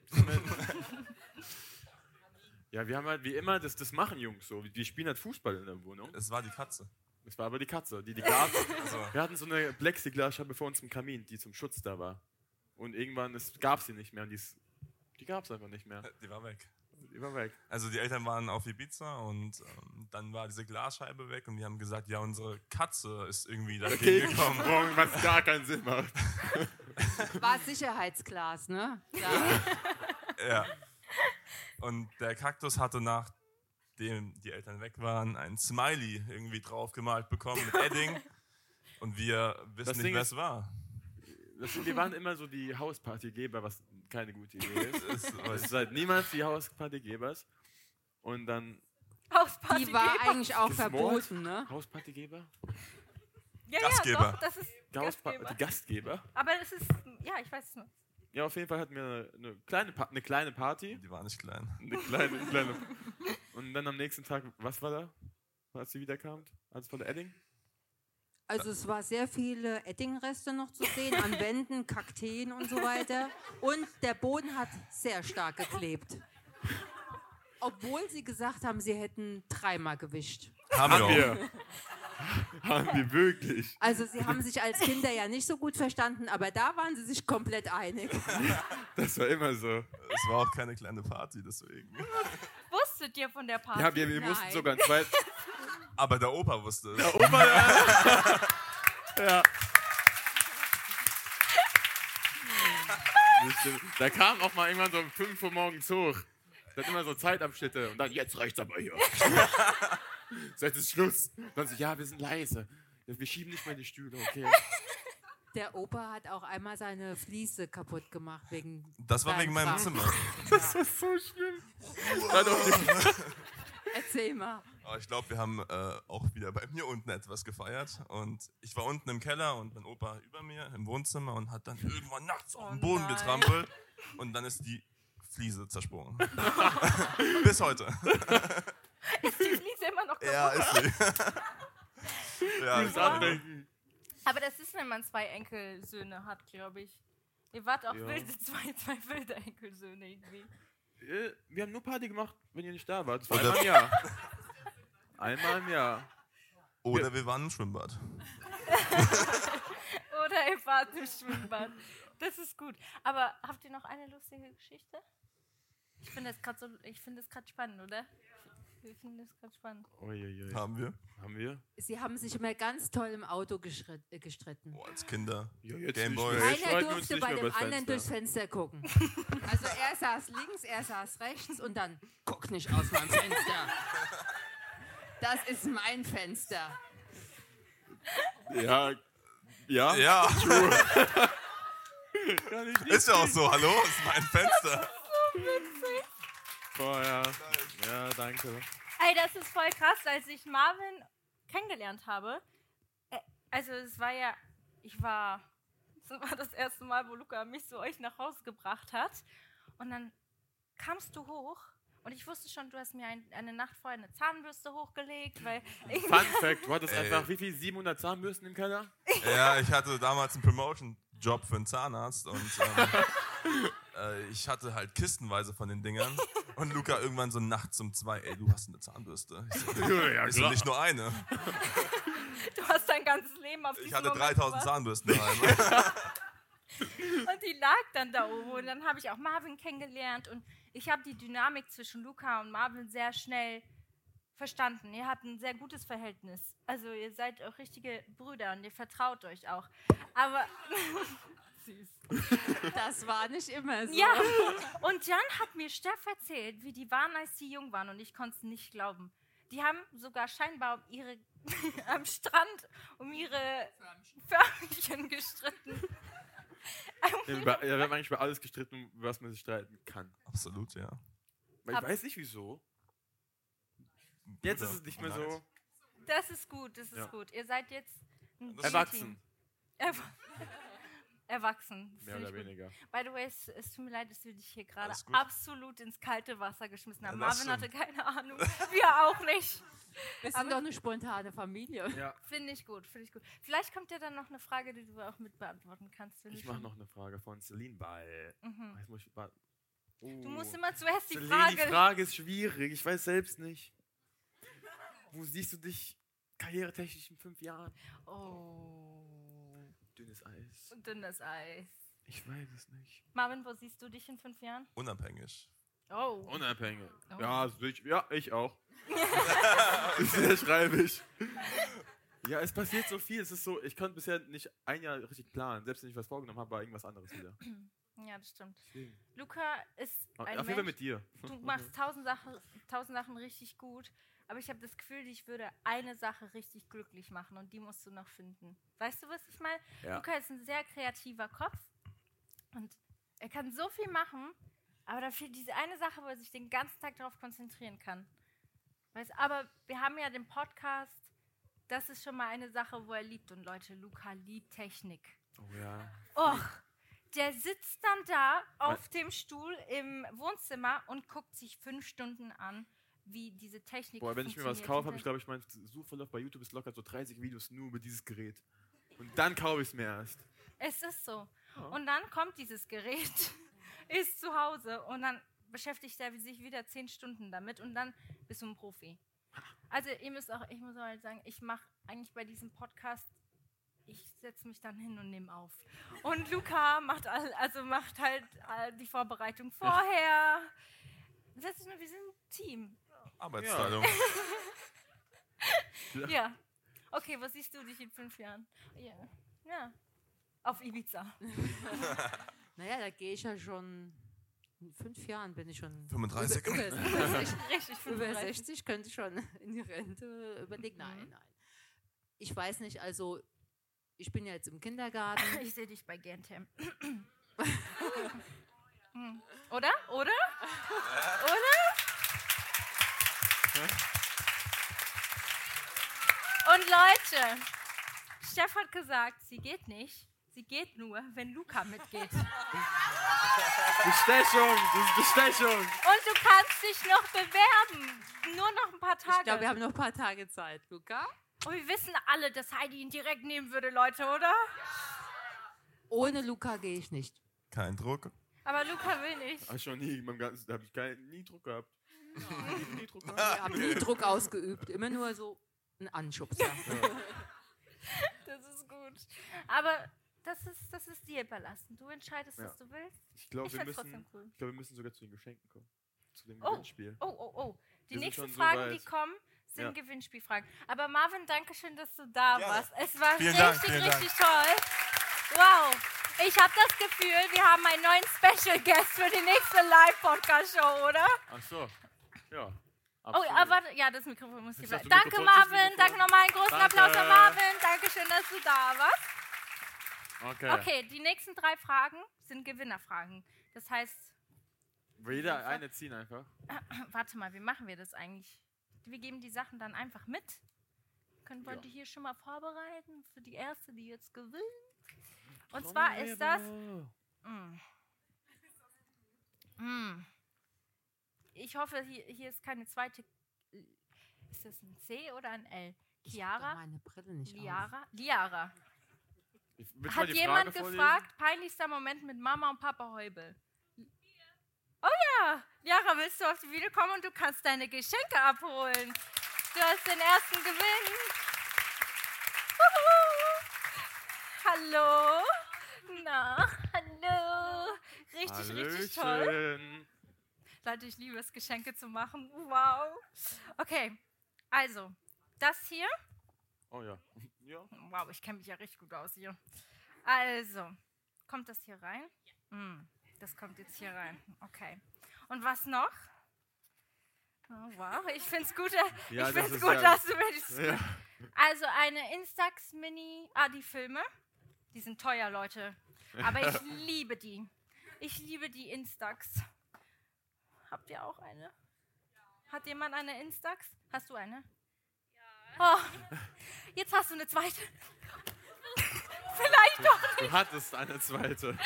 Ja, wir haben halt wie immer, das, das machen Jungs so. Die spielen halt Fußball in der Wohnung. Es war die Katze. Das war aber die Katze, die die Glas. Also, Wir hatten so eine Plexiglasscheibe vor uns im Kamin, die zum Schutz da war. Und irgendwann ist, gab sie nicht mehr und die, ist, die gab es einfach nicht mehr. die war weg. Die war weg. Also die Eltern waren auf Ibiza und ähm, dann war diese Glasscheibe weg und wir haben gesagt, ja, unsere Katze ist irgendwie dagegen gekommen. Gegengekommen, was gar keinen Sinn macht. War Sicherheitsglas, ne? Ja. Ja. Und der Kaktus hatte, nachdem die Eltern weg waren, ein Smiley irgendwie draufgemalt bekommen mit Edding. Und wir wissen Das nicht, Ding wer ist- es war. Das, wir waren immer so die Hauspartygeber, was keine gute Idee ist. Es, Es ist halt niemals die Hauspartygebers. Und dann Hausparty Die war Geber. eigentlich auch Ist Mord? verboten, ne? Hauspartygeber? Ja, Gastgeber. Ja, doch, das ist Die, Hauspa Gastgeber. die Gastgeber? Aber das ist, ja, ich weiß es nur. Ja, auf jeden Fall hatten wir eine, eine, kleine, Pa- eine kleine Party. Die war nicht klein. Eine kleine, eine kleine. Und dann am nächsten Tag, was war da, als sie wiederkam? Als von der Edding? Also es war sehr viele Eddingreste noch zu sehen, an Wänden, Kakteen und so weiter. Und der Boden hat sehr stark geklebt. Obwohl sie gesagt haben, sie hätten dreimal gewischt. Haben wir Haben auch. wir. Haben wir wirklich. Also sie haben sich als Kinder ja nicht so gut verstanden, aber da waren sie sich komplett einig. Das war immer so. Es war auch keine kleine Party, deswegen. Wusstet ihr von der Party? Ja, wir, wir mussten Nein. sogar ein zweit. Aber der Opa wusste es. Opa, ja. Ja. Das stimmt. Da kam auch mal irgendwann so um fünf Uhr morgens hoch. Da hat immer so Zeitabschnitte. Und dann, jetzt reicht's aber hier. Jetzt ist Schluss. Dann so, ja, wir sind leise. Ja, wir schieben nicht mehr die Stühle, okay. Der Opa hat auch einmal seine Fliese kaputt gemacht wegen. Das war wegen meinem Kram. Zimmer. Das war so schlimm. Dann auf die Erzähl mal. Aber ich glaube, wir haben äh, auch wieder bei mir unten etwas gefeiert. Und ich war unten im Keller und mein Opa über mir im Wohnzimmer und hat dann irgendwann nachts auf den Oh Boden nein. getrampelt. Und dann ist die Fliese zersprungen. Bis heute. Ist die Fliese immer noch kaputt? Ja, ist sie. ja, Gutes Andenken. Aber das ist, wenn man zwei Enkelsöhne hat, glaube ich. Ihr wart auch Ja. wilde, zwei, zwei wilde Enkelsöhne irgendwie. Äh, Wir haben nur Party gemacht, wenn ihr nicht da wart. Das war Oder- einmal im Jahr. Einmal im Jahr. Oder wir waren im Schwimmbad. Oder ihr wart im Schwimmbad. Das ist gut. Aber habt ihr noch eine lustige Geschichte? Ich finde das gerade so, ich finde das gerade spannend, oder? Wir finden das gerade spannend. Uiuiui. Haben wir? Haben wir? Sie haben sich immer ganz toll im Auto geschritt, äh, gestritten. Boah, als Kinder. Ja, jetzt Gameboy. nicht mehr. Jetzt Einer streiten wir uns durfte nicht bei mehr dem übers anderen Fenster. durchs Fenster gucken. Also er saß links, er saß rechts und dann guck nicht aus meinem Fenster. Das ist mein Fenster. Ja, ja. Ja, Kann ich nicht. ist ja auch so. Hallo, ist mein Fenster. Boah, ja. Ja, danke. Ey, das ist voll krass, als ich Marvin kennengelernt habe. Äh, also es war ja, ich war, das war das erste Mal, wo Luca mich zu euch nach Hause gebracht hat. Und dann kamst du hoch und ich wusste schon, du hast mir ein, eine Nacht vorher eine Zahnbürste hochgelegt, weil irgendwie Fun Fact, du hattest Ey. einfach wie viel? siebenhundert Zahnbürsten im Keller? Ja, ich hatte damals einen Promotion-Job für einen Zahnarzt und ähm, äh, ich hatte halt kistenweise von den Dingern. Und Luca irgendwann so nachts um zwei, ey, du hast eine Zahnbürste. Ich so, Ja, ich so nicht nur eine. du hast dein ganzes Leben auf Ich diesen hatte Moment dreitausend gewartet. Zahnbürsten daheim. Und die lag dann da oben. Und dann habe ich auch Marvin kennengelernt. Und ich habe die Dynamik zwischen Luca und Marvin sehr schnell verstanden. Ihr habt ein sehr gutes Verhältnis. Also ihr seid auch richtige Brüder und ihr vertraut euch auch. Aber süß. Das war nicht immer so. Ja, und Jan hat mir Steff erzählt, wie die waren, als sie jung waren. Und ich konnte es nicht glauben. Die haben sogar scheinbar um ihre, am Strand um ihre Förmchen gestritten. Ja, wir wir haben eigentlich über alles gestritten, über was man sich streiten kann. Absolut, ja. Weil ich Ab- weiß nicht wieso. Jetzt ist es nicht mehr so. Das ist gut, das ist Ja. gut. Ihr seid jetzt ein Erwachsen, Team. Erw- Erwachsen. Das mehr finde oder ich gut. weniger. By the way, es, es tut mir leid, dass wir dich hier gerade Alles gut. absolut ins kalte Wasser geschmissen haben. Ja, das Marvin stimmt. hatte keine Ahnung. Wir auch nicht. Wir sind Aber- doch eine spontane Familie. Ja, Finde ich gut, finde ich gut. Vielleicht kommt ja dann noch eine Frage, die du auch mit beantworten kannst. wenn ich du mache schon- noch eine Frage von Celine Ball. Mhm. Jetzt muss ich wa- oh. Du musst immer zuerst die Celine, Frage... die Frage ist schwierig. Ich weiß selbst nicht. Wo siehst du dich karrieretechnisch in fünf Jahren? Oh, Dünnes Eis. dünnes Eis. Ich weiß es nicht. Marvin, wo siehst du dich in fünf Jahren? Unabhängig. Oh. Unabhängig. Oh. Ja, so ich, ja, ich auch. Das schreibe ich. Ja, es passiert so viel. Es ist so, ich konnte bisher nicht ein Jahr richtig planen. Selbst wenn ich was vorgenommen habe, war irgendwas anderes wieder. Ja, das stimmt. Deswegen. Luca ist Auf ein jeden Fall Mensch, mit dir. du machst tausend Sachen, tausend Sachen richtig gut, aber ich habe das Gefühl, ich würde eine Sache richtig glücklich machen und die musst du noch finden. Weißt du, was ich meine? Ja. Luca ist ein sehr kreativer Kopf und er kann so viel machen, aber da fehlt diese eine Sache, wo er sich den ganzen Tag darauf konzentrieren kann. Weißt, aber wir haben ja den Podcast, das ist schon mal eine Sache, wo er liebt. Und Leute, Luca liebt Technik. Oh ja. Och, der sitzt dann da auf dem Stuhl im Wohnzimmer und guckt sich fünf Stunden an, wie diese Technik Boah, wenn ich mir was funktioniert. kaufe, habe ich glaube ich, mein Suchverlauf bei YouTube ist locker so dreißig Videos nur über dieses Gerät. Und dann kaufe ich es mir erst. Es ist so. Ja. Und dann kommt dieses Gerät, ist zu Hause und dann beschäftigt er sich wieder zehn Stunden damit und dann bist du ein Profi. Also ihr müsst auch, ich muss auch halt sagen, ich mache eigentlich bei diesem Podcast, ich setze mich dann hin und nehme auf. Und Luca macht all, also macht halt all die Vorbereitung vorher. Das ist, wir sind ein Team. Arbeitsteilung. Ja. Okay, was siehst du dich in fünf Jahren? Ja. Ja. Auf Ibiza. Naja, da gehe ich ja schon, in fünf Jahren bin ich schon fünfunddreißig. Über, über, über, sechzig, Richtig, über fünfunddreißig. sechzig könnte ich schon in die Rente überlegen. Nein, nein. Ich weiß nicht, also ich bin ja jetzt im Kindergarten. Ich sehe dich bei Gentem. Hm. Oder? Oder? Oder? Und Leute, Steff hat gesagt, sie geht nicht. Sie geht nur, wenn Luca mitgeht. Bestechung, das ist Bestechung. Und du kannst dich noch bewerben. Nur noch ein paar Tage. Ich glaube, wir haben noch ein paar Tage Zeit, Luca. Und wir wissen alle, dass Heidi ihn direkt nehmen würde, Leute, oder? Ohne Luca gehe ich nicht. Kein Druck. Aber Luca will nicht. Ach, schon nie. In meinem ganzen, da habe ich keinen, nie Druck gehabt. Nie, nie Druck gehabt. Wir haben nie Druck ausgeübt. Immer nur so ein Anschubser. Das ist gut. Aber das ist, das ist dir überlassen. Du entscheidest, Ja. was du willst. Ich glaube, Ich wir find's müssen, trotzdem cool. ich glaub, wir müssen sogar zu den Geschenken kommen. Zu dem Oh. Gewinnspiel. Oh, oh, oh. Die Wir sind nächsten schon so Fragen, weit. die kommen, sind Ja. Gewinnspielfragen. Aber Marvin, danke schön, dass du da Gerne. warst. Es war Vielen richtig, Dank, vielen richtig toll. Wow. Ich habe das Gefühl, wir haben einen neuen Special Guest für die nächste Live-Podcast-Show, oder? Ach so. Ja. Oh, absolut. aber warte, ja, das Mikrofon muss hier Ist das bleiben. das Danke, Mikrofon? Ist das Marvin. Mikrofon? Danke nochmal. Einen großen Danke. Applaus an Marvin. Dankeschön, dass du da warst. Okay. Okay, die nächsten drei Fragen sind Gewinnerfragen. Das heißt, Jeder eine ziehen einfach. warte mal, wie machen wir das eigentlich? Wir geben die Sachen dann einfach mit. Können wir Ja. die hier schon mal vorbereiten für die erste, die jetzt gewinnt? Und zwar ist das. Mm. Mm. Ich hoffe, hier, hier ist keine zweite. Ist das ein C oder ein L? Ich hab doch Chiara? meine Brille nicht auf. Liara? Liara. Ich- willst du mal Hat die jemand Frage vorlesen? gefragt, peinlichster Moment mit Mama und Papa Heubel? Oh ja, Liara, willst du auf die Bühne kommen und du kannst deine Geschenke abholen? Du hast den ersten Gewinn. Juhu. Hallo. Na, hallo. Richtig, richtig toll. Hallöchen. Leute, ich liebe es, Geschenke zu machen. Wow. Okay, also, das hier. Oh ja. Ja. Wow, ich kenne mich ja richtig gut aus hier. Also, kommt das hier rein? Mm, das kommt jetzt hier rein. Okay. Und was noch? Oh, wow, ich finde es gut, äh, Ja, ich das find's ist gut, ja- dass du mir das... Ja. Also eine Instax Mini... Ah, die Filme. Die sind teuer, Leute. Aber ich liebe die. Ich liebe die Instax. Habt ihr auch eine? Hat jemand eine Instax? Hast du eine? Ja. Oh, jetzt hast du eine zweite. Vielleicht doch Du hattest eine zweite.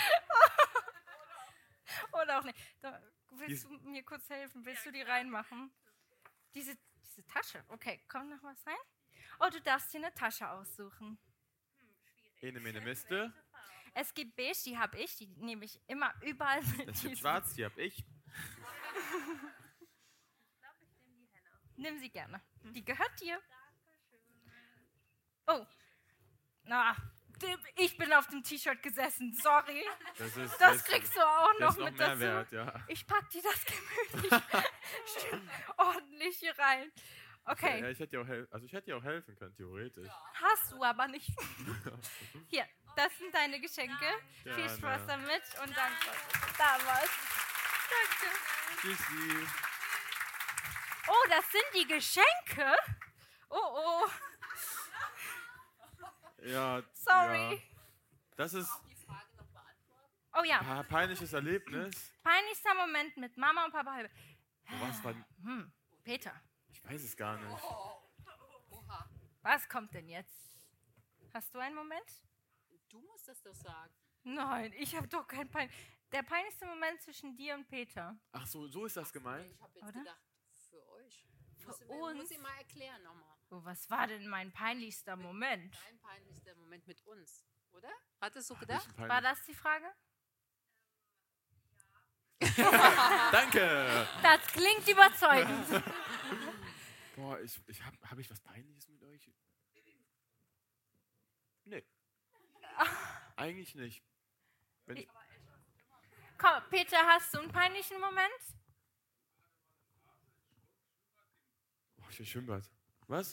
oder auch nicht. Da, willst du mir kurz helfen? Willst du die reinmachen? Diese, diese Tasche. Okay, kommt noch was rein? Oh, du darfst dir eine Tasche aussuchen. Ene, mene, miste. Es gibt beige, die habe ich. Die nehme ich immer überall mit. Das Die gibt ist- schwarz, die hab ich. Nimm sie gerne. Die gehört dir. Oh. Na, ich bin auf dem T-Shirt gesessen. Sorry. Das, ist, Das ist- kriegst du auch das noch ist noch mit mehr dazu. wert, ja. Ich pack dir das gemütlich schön ordentlich hier rein. Okay, Ja, ich hätte dir auch, hel also ich hätte dir auch helfen können, theoretisch. hast du aber nicht. Hier, das sind deine Geschenke. Viel Gerne. Spaß damit und danke, dass du da warst. Danke. Tschüssi. Oh, das sind die Geschenke? Oh, oh, Ja, sorry. Ja. Das ist Oh ja, ein peinliches Erlebnis. peinlichster Moment mit Mama und Papa Halbe. Was war, Hm, Peter, ich weiß es gar nicht. was kommt denn jetzt? Hast du einen Moment? Du musst das doch sagen. Nein, ich habe doch keinen Pein. Der peinlichste Moment zwischen dir und Peter. Ach so, so ist das gemeint? Ich habe jetzt Oder? gedacht, für euch. Für muss, uns? Muss ich mal erklären nochmal. Oh, was war denn mein peinlichster Moment? Dein peinlichster Moment mit uns, oder? Hattest du Hab ich gedacht? einen War peinlich- das die Frage? Danke! Das klingt überzeugend. Boah, ich, ich hab, hab ich was Peinliches mit euch? Nee. Eigentlich nicht. Wenn ich, Komm, Peter, hast du einen peinlichen Moment? oh, ich will Schwimmbad. Was?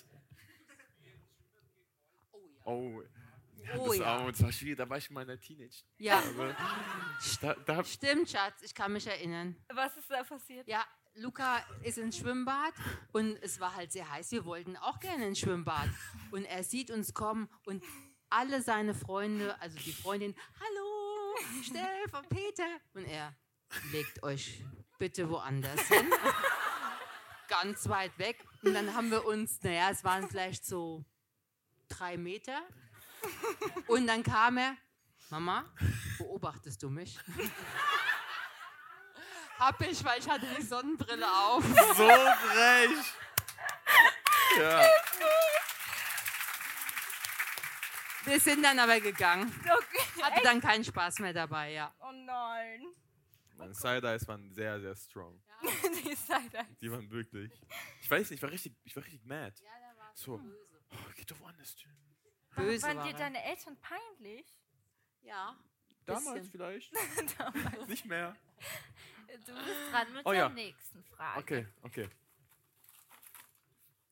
Oh ja. Oh. Ja, Oh das, ja. oh, das war schwierig, da war ich in meiner Teenage. Ja, Aber da, da hab, stimmt, Schatz, ich kann mich erinnern. Was ist da passiert? Ja, Luca ist ins Schwimmbad und es war halt sehr heiß. Wir wollten auch gerne ins Schwimmbad. Und er sieht uns kommen und alle seine Freunde, also die Freundin, hallo, Steff und Peter. Und er, legt euch bitte woanders hin. Ganz weit weg. Und dann haben wir uns, naja, es waren vielleicht so drei Meter. Und dann kam er, Mama, beobachtest du mich? Hab ich, weil ich hatte die Sonnenbrille auf. so frech! Ja. Wir sind dann aber gegangen. Okay. Hatte dann keinen Spaß mehr dabei, ja. Oh nein. Meine Side-Eyes waren sehr, sehr strong. Die Seite. Die waren wirklich. Ich weiß nicht, ich war richtig, ich war richtig mad. Ja, der war So. böse. Oh, geht doch woanders hin. Böse Waren war dir er. deine Eltern peinlich? Ja. Damals Bisschen. vielleicht. Nicht mehr. Du bist dran mit Oh der ja. nächsten Frage. Okay, okay.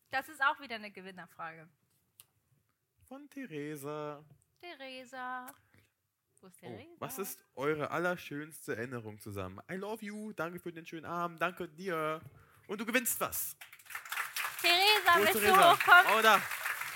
Das ist auch wieder eine Gewinnerfrage. Von Theresa. Theresa. Wo ist Oh, Theresa? was ist eure allerschönste Erinnerung zusammen? I love you, danke für den schönen Abend, danke dir. Und du gewinnst was. Theresa, Wo ist willst du Theresa? hochkommen? Oh, da.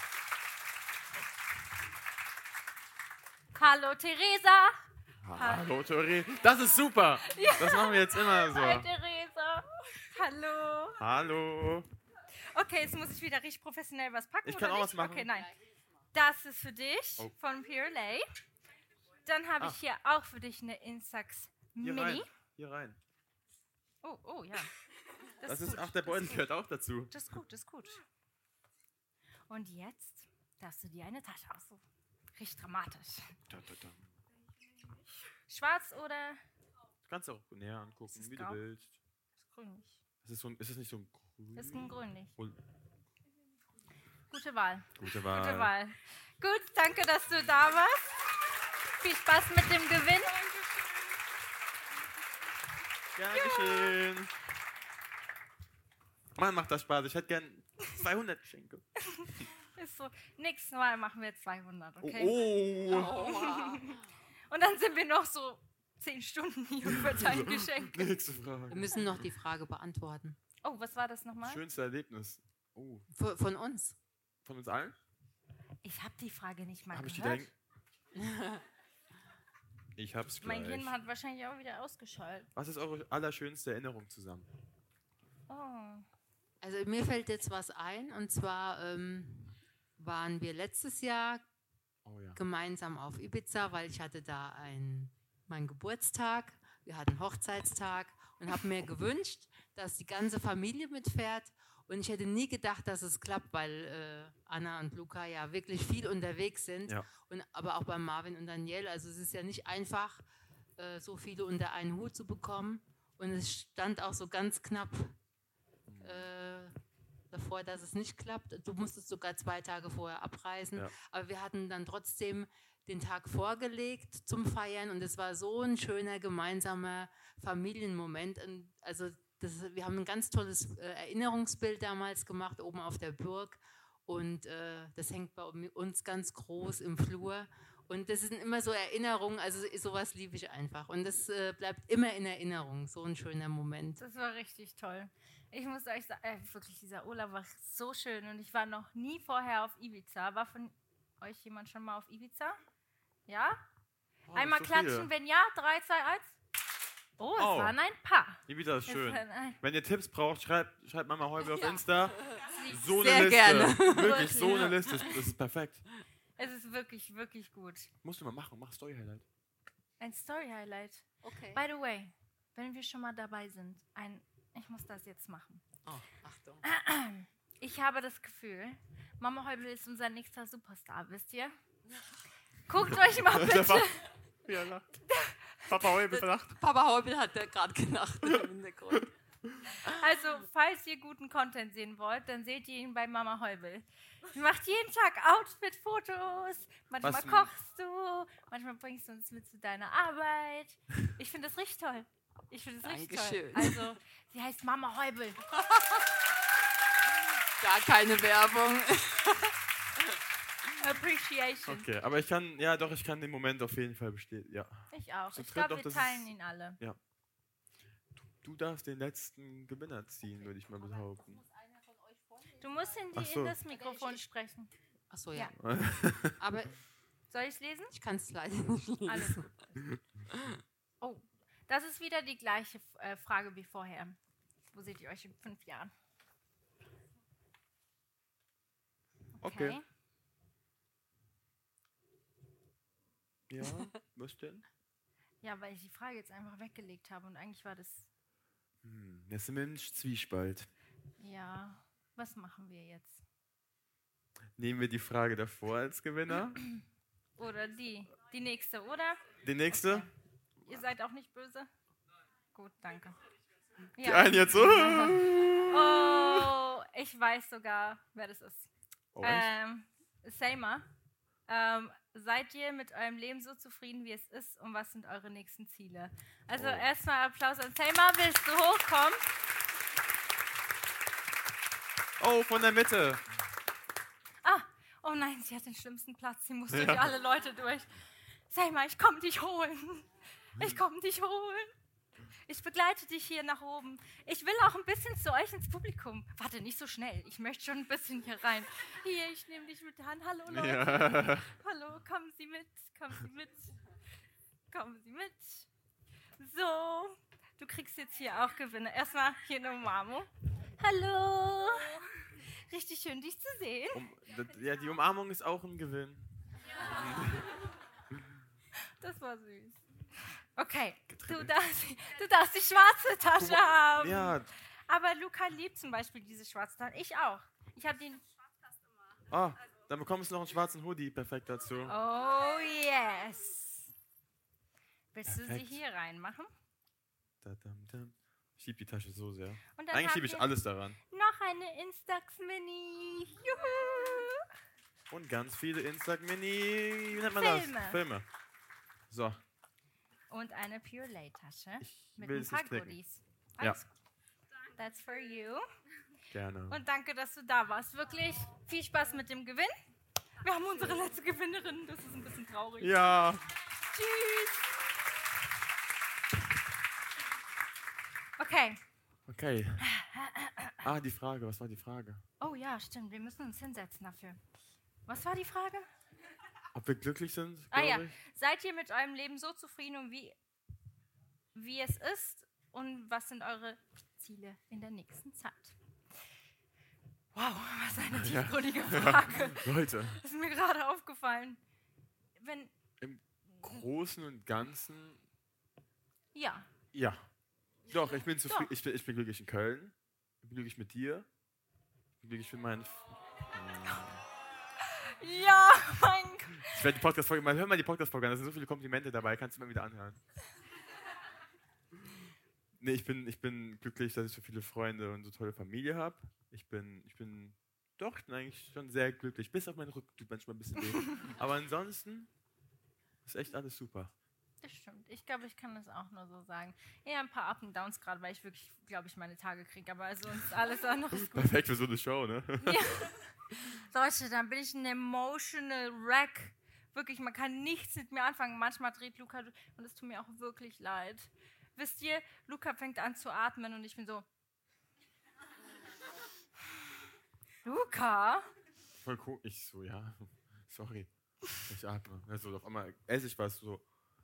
Hallo, Theresa. Hallo, Theresa. Das ist super. Das machen wir jetzt immer so. Hi, Theresa. Hallo. Hallo. Okay, jetzt muss ich wieder richtig professionell was packen. Ich kann oder auch nicht? was machen. Okay, nein. Das ist für dich Oh. von Pure Lay. Dann habe Ah. ich hier auch für dich eine Instax Hier Mini. rein. Hier rein. Oh, oh, ja. Das ist, gut, ach, der das Beutel ist gut. gehört auch dazu. Das ist gut, das ist gut. Und jetzt darfst du dir eine Tasche aussuchen. Richtig dramatisch. Da, da, da. Schwarz oder Du kannst auch näher angucken, Ist es wie grau? du willst. grünlich? Ist es, so ein, ist es nicht so ein grün? Das ist ein grünlich. Und- Gute Wahl. Gute Wahl. Gute Wahl. Gut, danke, dass du da warst. Viel Spaß mit dem Gewinn. Gern geschehen. Mann, macht das Spaß. Ich hätte gern zweihundert Geschenke. Ist so. Nächstes Mal machen wir zweihundert, Oh, okay? oh. Und dann sind wir noch so zehn Stunden hier und verteilen Geschenke. Nächste Wir Frage. müssen noch die Frage beantworten. Oh, was war das nochmal? Schönste Erlebnis. Oh, Von, von uns. von uns allen? Ich habe die Frage nicht mal Hab ich die gehört. da Ich hab's Mein gleich. Gehirn hat wahrscheinlich auch wieder ausgeschaltet. Was ist eure allerschönste Erinnerung zusammen? Oh. Also mir fällt jetzt was ein, und zwar ähm, waren wir letztes Jahr Oh ja. gemeinsam auf Ibiza, weil ich hatte da ein, meinen Geburtstag, wir hatten Hochzeitstag und habe mir gewünscht, dass die ganze Familie mitfährt. Und ich hätte nie gedacht, dass es klappt, weil äh, Anna und Luca ja wirklich viel unterwegs sind. Ja. Und, aber auch bei Marvin und Danielle. Also es ist ja nicht einfach, äh, so viele unter einen Hut zu bekommen. Und es stand auch so ganz knapp äh, davor, dass es nicht klappt. Du musstest sogar zwei Tage vorher abreisen. Ja. Aber wir hatten dann trotzdem den Tag vorgelegt zum Feiern. Und es war so ein schöner gemeinsamer Familienmoment. Und also das, wir haben ein ganz tolles äh, Erinnerungsbild damals gemacht, oben auf der Burg. Und äh, das hängt bei uns ganz groß im Flur. Und das sind immer so Erinnerungen, also sowas liebe ich einfach. Und das äh, bleibt immer in Erinnerung, so ein schöner Moment. Das war richtig toll. Ich muss euch sagen, äh, wirklich, dieser Urlaub war so schön und ich war noch nie vorher auf Ibiza. War von euch jemand schon mal auf Ibiza? Ja? Oh, Einmal so klatschen, viele. wenn ja, drei, zwei, eins. Oh, es Oh. waren ein paar. Ibiza ist Es schön. waren ein- Wenn ihr Tipps braucht, schreibt, schreibt Mama Häuble auf Ja. Insta. So eine Sehr Liste. gerne. Wirklich, so eine Liste. Das das ist perfekt. Es ist wirklich, wirklich gut. Musst du mal machen. Mach Story-Highlight. Ein Story-Highlight. Okay. By the way, wenn wir schon mal dabei sind, ein, ich muss das jetzt machen. Oh, Achtung. Ich habe das Gefühl, Mama Häuble ist unser nächster Superstar, wisst ihr? Guckt euch mal Der bitte. Papa, wie er lacht. Papa Häuble lacht. Papa Häubel hat da gerade gelacht im Hintergrund. Also, falls ihr guten Content sehen wollt, dann seht ihr ihn bei Mama Häubel. Sie macht jeden Tag Outfit-Fotos, manchmal Was- kochst du, manchmal bringst du uns mit zu deiner Arbeit. Ich finde das richtig toll. Ich finde das richtig toll. Dankeschön. Also, sie heißt Mama Häubel. Gar keine Werbung. Appreciation. Okay, aber ich kann, ja doch, ich kann den Moment auf jeden Fall bestätigen. Ja. Ich auch. So Ich tritt glaube, doch, wir das teilen ist- ihn alle. Du darfst den letzten Gewinner ziehen, würde ich mal behaupten. Du musst in, die, Ach so. in das Mikrofon sprechen. Achso, ja. Ja. Aber Soll ich es lesen? ich kann es leider nicht lesen. Alles gut. Oh, das ist wieder die gleiche äh, Frage wie vorher. Wo seht ihr euch in fünf Jahren? Okay. Ja, was denn? Ja, weil ich die Frage jetzt einfach weggelegt habe und eigentlich war das, Hm, jetzt sind wir im Zwiespalt. ja, was machen wir jetzt? Nehmen wir die Frage davor als Gewinner. Oder die, die nächste, oder? Die nächste. Okay. Ihr seid auch nicht böse? Gut, danke. Die Ja. einen jetzt so. Oh, ich weiß sogar, wer das ist. Oh, echt? Ähm, Selma, ähm, seid ihr mit eurem Leben so zufrieden, wie es ist, und was sind eure nächsten Ziele? Also Oh. erstmal Applaus an Selma, willst du hochkommen? Oh, von der Mitte. Ah, oh nein, sie hat den schlimmsten Platz. Sie muss durch Ja. alle Leute durch. Selma, ich komm dich holen. Ich komm dich holen. Ich begleite dich hier nach oben. Ich will auch ein bisschen zu euch ins Publikum. Warte, nicht so schnell. Ich möchte schon ein bisschen hier rein. Hier, ich nehme dich mit der Hand. Hallo, Leute. Ja. Hallo, kommen Sie mit. Kommen Sie mit. Kommen Sie mit. So, du kriegst jetzt hier auch Gewinne. Erstmal hier eine Umarmung. Hallo. Richtig schön, dich zu sehen. Um, das, ja, die Umarmung ist auch ein Gewinn. Das war süß. Okay, du darfst, du darfst die schwarze Tasche haben. Ja. Aber Luca liebt zum Beispiel diese schwarze Tasche. Ich auch. Ich habe den... Ah, dann bekommst du noch einen schwarzen Hoodie. Perfekt dazu. Oh, yes. Willst du sie Perfekt. hier reinmachen? Da, dam, dam. Ich liebe die Tasche so sehr. Und dann Eigentlich haben liebe ich wir alles daran. noch eine Instax Mini. Juhu. Und ganz viele Instag-Mini... Wie nennt man Filme. das? Filme. So. Und eine Pure Lay Tasche Ich mit will ein es paar nicht knicken. Goodies. Ja. Alles gut. That's for you. Gerne. Und danke, dass du da warst. Wirklich viel Spaß mit dem Gewinn. Wir haben unsere letzte Gewinnerin. Das ist ein bisschen traurig. Ja. Tschüss. Okay. Okay. Ah, die Frage. Was war die Frage? Oh ja, stimmt. Wir müssen uns hinsetzen dafür. Was war die Frage? Ob wir glücklich sind? Ah ja. glaub ich? Seid ihr mit eurem Leben so zufrieden, und wie, wie es ist? Und was sind eure Ziele in der nächsten Zeit? Wow, was eine tiefgründige Frage. Leute, Das ist mir gerade aufgefallen. Wenn, im Großen und Ganzen, ja. ja. Doch, ich bin zufrieden. Doch. Ich bin, ich bin glücklich in Köln. Ich bin glücklich mit dir. Ich bin glücklich mit meinen... F- Ja, mein Gott. Ich werde die Podcast-Folge... Mal, hör mal die Podcast-Folge an. Da sind so viele Komplimente dabei. Kannst du mal wieder anhören. Nee, ich bin, ich bin glücklich, dass ich so viele Freunde und so tolle Familie habe. Ich bin, ich bin... Doch, ich bin eigentlich schon sehr glücklich. Bis auf meinen Rücken tut manchmal ein bisschen weh. Aber ansonsten ist echt alles super. Das stimmt. Ich glaube, ich kann das auch nur so sagen. Eher ein paar Up and Downs gerade, weil ich wirklich, glaube ich, meine Tage kriege. Aber sonst alles andere ist gut. Perfekt für so eine Show, ne? Ja. Leute, dann bin ich ein emotional wreck. Wirklich, man kann nichts mit mir anfangen. Manchmal dreht Luca und es tut mir auch wirklich leid. Wisst ihr, Luca fängt an zu atmen und ich bin so... Luca? Voll cool. Ich so, ja, sorry. Ich atme. Also auf einmal esse ich was so.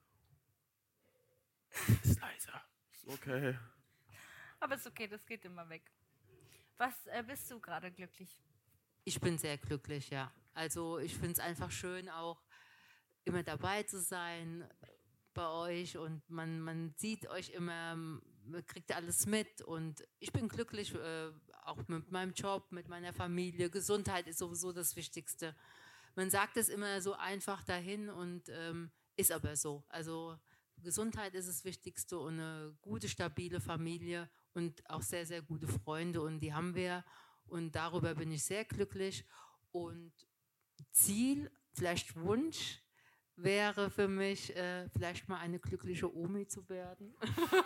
Ist leiser. Ist okay. Aber ist okay, das geht immer weg. Was äh, bist du gerade glücklich? Ich bin sehr glücklich, ja. Also ich finde es einfach schön, auch immer dabei zu sein bei euch und man, man sieht euch immer, man kriegt alles mit und ich bin glücklich, äh, auch mit meinem Job, mit meiner Familie. Gesundheit ist sowieso das Wichtigste. Man sagt es immer so einfach dahin und ähm, ist aber so. Also Gesundheit ist das Wichtigste und eine gute, stabile Familie und auch sehr, sehr gute Freunde und die haben wir. Und darüber bin ich sehr glücklich. Und Ziel, vielleicht Wunsch, wäre für mich, äh, vielleicht mal eine glückliche Omi zu werden.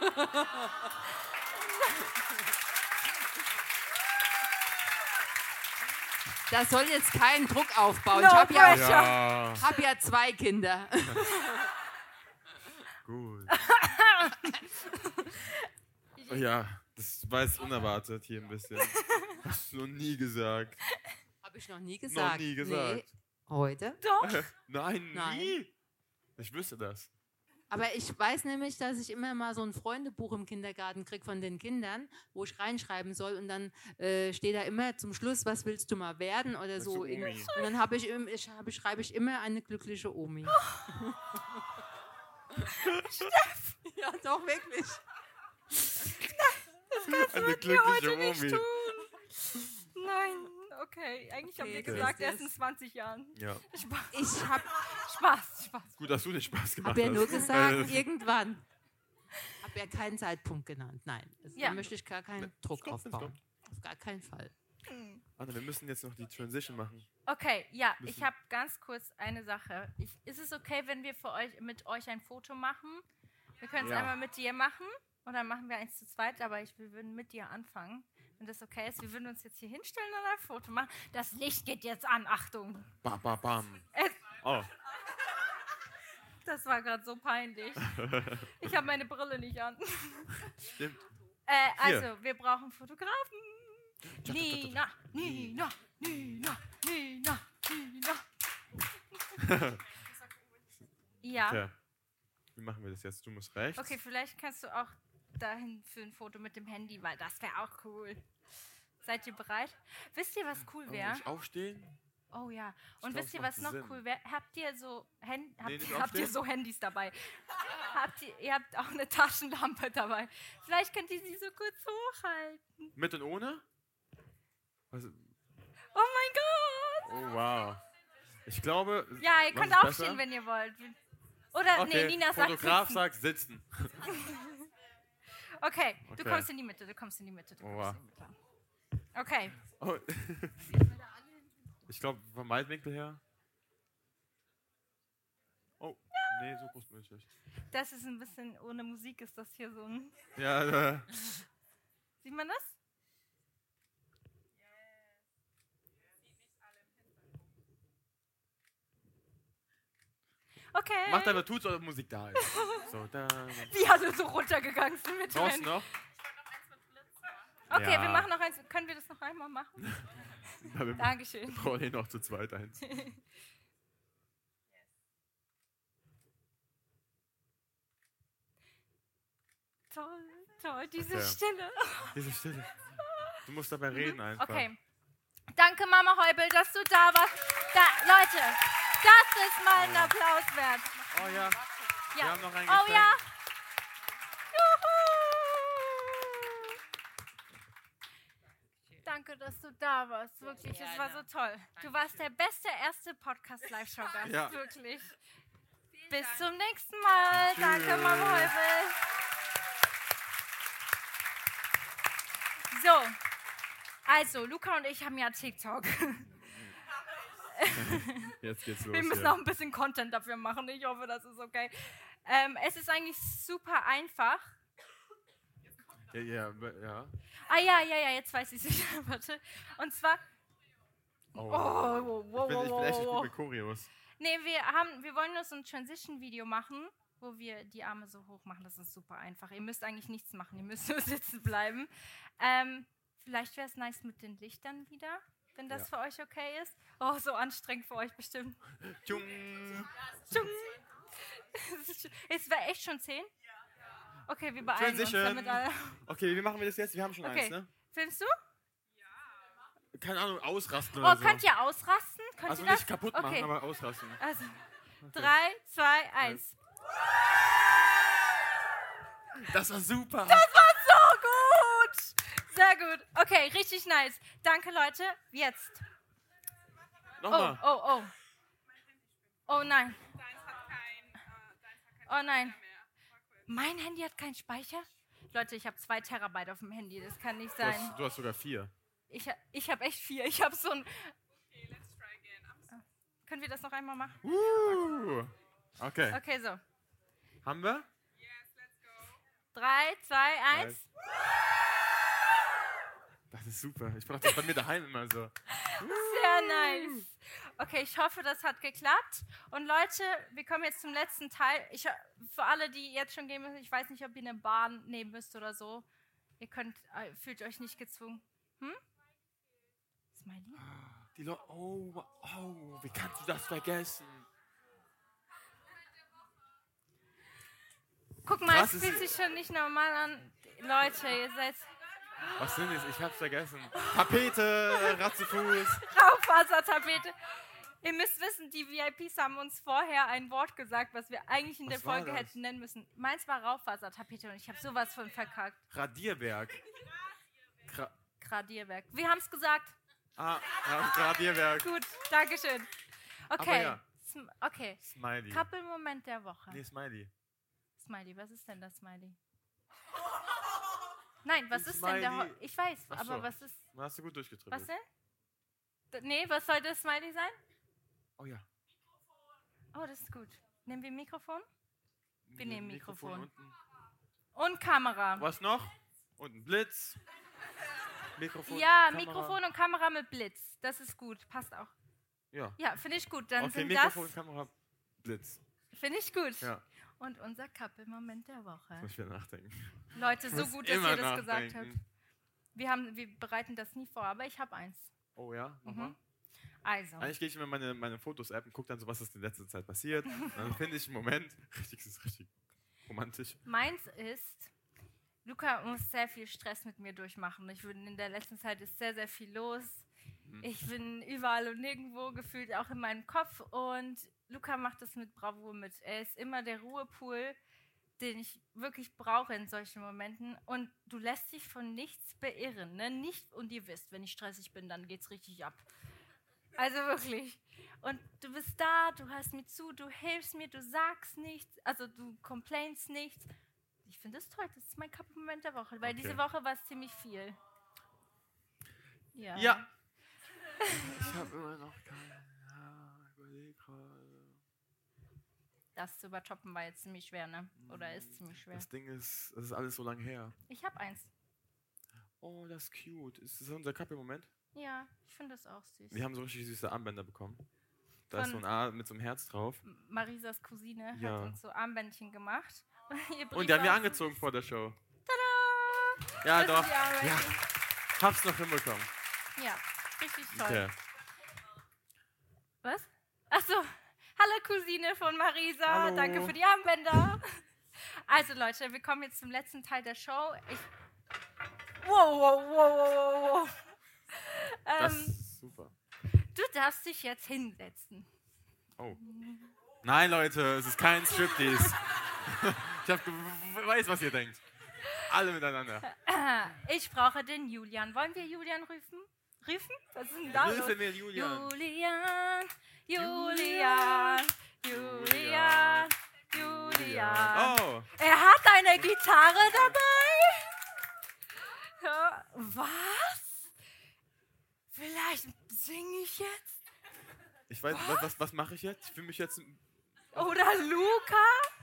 Das soll jetzt keinen Druck aufbauen. No ich habe ja, Ja, hab ja zwei Kinder. gut. Oh ja, das war jetzt unerwartet hier ein bisschen. Hast du noch nie gesagt. Habe ich noch nie gesagt. Noch nie gesagt. Nee, heute. Doch. Nein, Nein. nie. Ich wüsste das. Aber ich weiß nämlich, dass ich immer mal so ein Freundebuch im Kindergarten kriege von den Kindern, wo ich reinschreiben soll und dann äh, steht da immer zum Schluss, was willst du mal werden oder Ach so. so, In, Omi. und dann habe ich, im- ich, hab, schreibe ich immer eine glückliche Omi. Ja, doch, wirklich. Eine Heute glückliche nicht Omi. tun. Nein, okay. Eigentlich haben Okay, wir das gesagt, ist erst es. in zwanzig Jahren. Ja. Spaß, Ich habe Spaß, Spaß. Gut, dass du den Spaß gemacht hab ja hast. nur gesagt, Äh, irgendwann. Habe ja keinen Zeitpunkt genannt. Nein, das, Ja. da möchte ich gar keinen Druck kommt, es aufbauen. Auf gar keinen Fall. Anna, wir müssen jetzt noch die Transition machen. Okay, ja, ich Müssen- habe ganz kurz eine Sache. Ich, ist es okay, wenn wir für euch, mit euch ein Foto machen? Wir können es Ja. einmal mit dir machen und dann machen wir eins zu zweit, aber ich, wir würden mit dir anfangen. wenn das okay ist. Wir würden uns jetzt hier hinstellen und ein Foto machen. Das Licht geht jetzt an, Achtung. Bam, bam, bam. Es, Oh, das war gerade so peinlich. Ich habe meine Brille nicht an. stimmt. Äh, also, Hier. wir brauchen Fotografen. Nina, Nina, Nina, Nina, Nina. Ja. Tja, wie machen wir das jetzt? Du musst rechts. Okay, vielleicht kannst du auch dahin für ein Foto mit dem Handy, weil das wäre auch cool. Seid ihr bereit? Wisst ihr, was cool Oh, wäre? muss ich aufstehen? Oh ja. Und glaub, wisst es ihr, macht was noch Sinn. cool wäre? Habt ihr so Hand habt, Nee, nicht ihr, habt ihr aufstehen. so Handys dabei? habt ihr, ihr habt auch eine Taschenlampe dabei. Vielleicht könnt ihr sie so kurz hochhalten. Mit und ohne? Was? Oh mein Gott! Oh, wow. Ich glaube. Ja, ihr was könnt ist aufstehen, besser? wenn ihr wollt. Oder Okay, nee, Nina sagt Fotograf sitzen. sagt sitzen. Okay, du Okay. kommst in die Mitte, du kommst in die Mitte. Du Oh, kommst in die Mitte. Okay. Oh. Ich glaube, vom Weitwinkel her. Oh, nee, so groß bin ich nicht. Das ist ein bisschen, ohne Musik ist das hier so ein... Ja, äh, Sieht man das? Okay. macht aber tut's, oder Musik da ist. So, da. Wie alle so runtergegangen sind mit Draußen drin. noch? Okay, Ja. wir machen noch eins. Können wir das noch einmal machen? Ja, wir Dankeschön. brauchen hier noch zu zweit eins. Toll, toll, diese Okay. Stille. Diese Stille. Du musst dabei reden einfach. Okay. Danke, Mama Heubel, dass du da warst. Da, Leute, das ist mal ein Applaus wert. Oh ja. Wir Ja. haben noch ein Oh Geschenk. ja. Juhu. Danke, dass du da warst. Wirklich, es war so toll. Du warst der beste erste Podcast-Live-Show-Gast. Ja. Wirklich. Bis zum nächsten Mal. Tschüss. Danke, Mama Heubel. So. Also, Luca und ich haben ja TikTok. Jetzt geht's los. Wir müssen hier. auch ein bisschen Content dafür machen. Ich hoffe, das ist okay. Ähm, es ist eigentlich super einfach. Ja, ja, ja. Ah ja, ja, ja, jetzt weiß ich es wieder. Warte. Und zwar. Oh. Oh, wow, wow, ich, bin, ich bin wow, echt nicht wow. gut mit Choreos. Nee, wir haben, wir wollen nur so ein Transition-Video machen, wo wir die Arme so hoch machen. Das ist super einfach. Ihr müsst eigentlich nichts machen. Ihr müsst nur sitzen bleiben. Ähm, vielleicht wäre es nice mit den Lichtern wieder, wenn das Ja. für euch okay ist. Oh, so anstrengend für euch bestimmt. Tschung. Tschung. Es wäre echt schon zehn? Okay, wir beeilen uns Transition. damit alle. Okay, wie machen wir das jetzt? Wir haben schon Okay. eins, ne? Filmst du? Keine Ahnung, ausrasten Oh, oder so. könnt ihr ausrasten? Könnt Also ihr das? nicht kaputt Okay. machen, aber ausrasten. Also, drei, zwei, eins. Das war super. Das war so gut! Sehr gut. Okay, richtig nice. Danke, Leute. Jetzt. Oh, Nochmal. oh, oh. Oh nein. Oh nein. Mein Handy hat keinen Speicher? Leute, ich habe zwei Terabyte auf dem Handy. Das kann nicht Du sein. hast, du hast sogar vier. Ich, ha- ich habe echt vier. Ich habe so ein... Können wir das noch einmal machen? Uh. Okay. Okay, so. Haben wir? Drei, zwei, eins. Das ist super. Ich brauche das bei mir daheim immer so. Sehr nice. Okay, ich hoffe, das hat geklappt. Und Leute, wir kommen jetzt zum letzten Teil. Ich, für alle, die jetzt schon gehen müssen, ich weiß nicht, ob ihr eine Bahn nehmen müsst oder so. Ihr könnt, äh, fühlt euch nicht gezwungen. Hm? Smiley? Die Leute. Oh, oh, wie kannst du das vergessen? Guck mal, Krass, es es fühlt sich schon nicht normal an. Leute, ihr seid Was sind das? Ich hab's vergessen. Tapete, Ratzefuß. Raufasertapete. Ihr müsst wissen, die V I Ps haben uns vorher ein Wort gesagt, was wir eigentlich in Was der war Folge das? hätten nennen müssen. Meins war Raufasertapete und ich habe sowas von verkackt. Radierwerk. Gra Gradierwerk. Wir haben es gesagt. ah, ja, Radierwerk. Gut, Dankeschön. Aber Okay. ja. Sm- Okay. Smiley. Couple-Moment der Woche. Nee, Smiley. Smiley, was ist denn das Smiley? Nein, was Ein ist denn der Smiley. Ho Ich weiß, Ach aber so. was ist. Da hast du gut durchgetribbelt. Was denn? D nee, was soll das Smiley sein? Oh ja. Oh, das ist gut. Nehmen wir ein Mikrofon? Wir nehmen Mikrofon. unten. Und Kamera. Was noch? Und ein Blitz. Mikrofon, Ja, Kamera. Mikrofon und Kamera mit Blitz. Das ist gut. Passt auch. Ja. Ja, finde ich gut. Dann Okay, sind Mikrofon, das. Kamera, Blitz. Finde ich gut. Ja, Und unser Couple-Moment der Woche. muss ich wieder nachdenken. Leute, so Muss gut, dass immer ihr das gesagt habt. nachdenken. Wir, haben, wir bereiten das nie vor, aber ich habe eins. Oh ja, Mhm. nochmal. Also, Eigentlich gehe ich immer in meine, meine Fotos-App und gucke dann so, was ist in letzter Zeit passiert. Und dann finde ich einen Moment, richtig, das ist richtig romantisch. meins ist, Luca muss sehr viel Stress mit mir durchmachen. Ich bin in der letzten Zeit ist sehr, sehr viel los. Ich bin überall und nirgendwo gefühlt, auch in meinem Kopf. Und Luca macht das mit Bravour mit. Er ist immer der Ruhepool, den ich wirklich brauche in solchen Momenten. Und du lässt dich von nichts beirren. Ne? Nicht, und ihr wisst, wenn ich stressig bin, dann geht's richtig ab. Also wirklich. Und du bist da, du hörst mir zu, du hilfst mir, du sagst nichts, also du complainst nichts. Ich finde es toll, das ist mein Couple-Moment der Woche, weil Okay. diese Woche war es ziemlich viel. Ja. Ja. Ich habe immer noch keine. Ja, überleg gerade. Das zu übertoppen war jetzt ziemlich schwer, ne? Oder ist ziemlich schwer. Das Ding ist, das ist alles so lange her. Ich habe eins. Oh, das ist cute. Ist das unser Couple-Moment? Ja, ich finde das auch süß. Wir haben so richtig süße Armbänder bekommen. Da ist so Von- ein A mit so einem Herz drauf. Marisas Cousine Ja. hat uns so Armbändchen gemacht. Ihr Und die haben wir Brief angezogen vor der Show. Tada! Ja, Das doch. ist die Arbeit. Ja. Hab's noch hinbekommen. Ja, richtig toll. Okay. Was? Achso, hallo Cousine von Marisa, Hallo. danke für die Armbänder. Also Leute, wir kommen jetzt zum letzten Teil der Show. Ich wow, wow, wow, wow, wow. Das Ähm, ist super. du darfst dich jetzt hinsetzen. Oh. Nein, Leute, es ist kein Striptease. Ich hab, ge- weiß, was ihr denkt. Alle miteinander. Ich brauche den Julian. Wollen wir Julian rufen? Rufen? Was ist denn da los? Hilfe mir, Julian. Julian, Julian, Julian, Julian. Oh, Er hat eine Gitarre dabei. Ja, was? Vielleicht singe ich jetzt? ich weiß, was, was, was mache ich jetzt? Ich fühle mich jetzt. Oder Luca?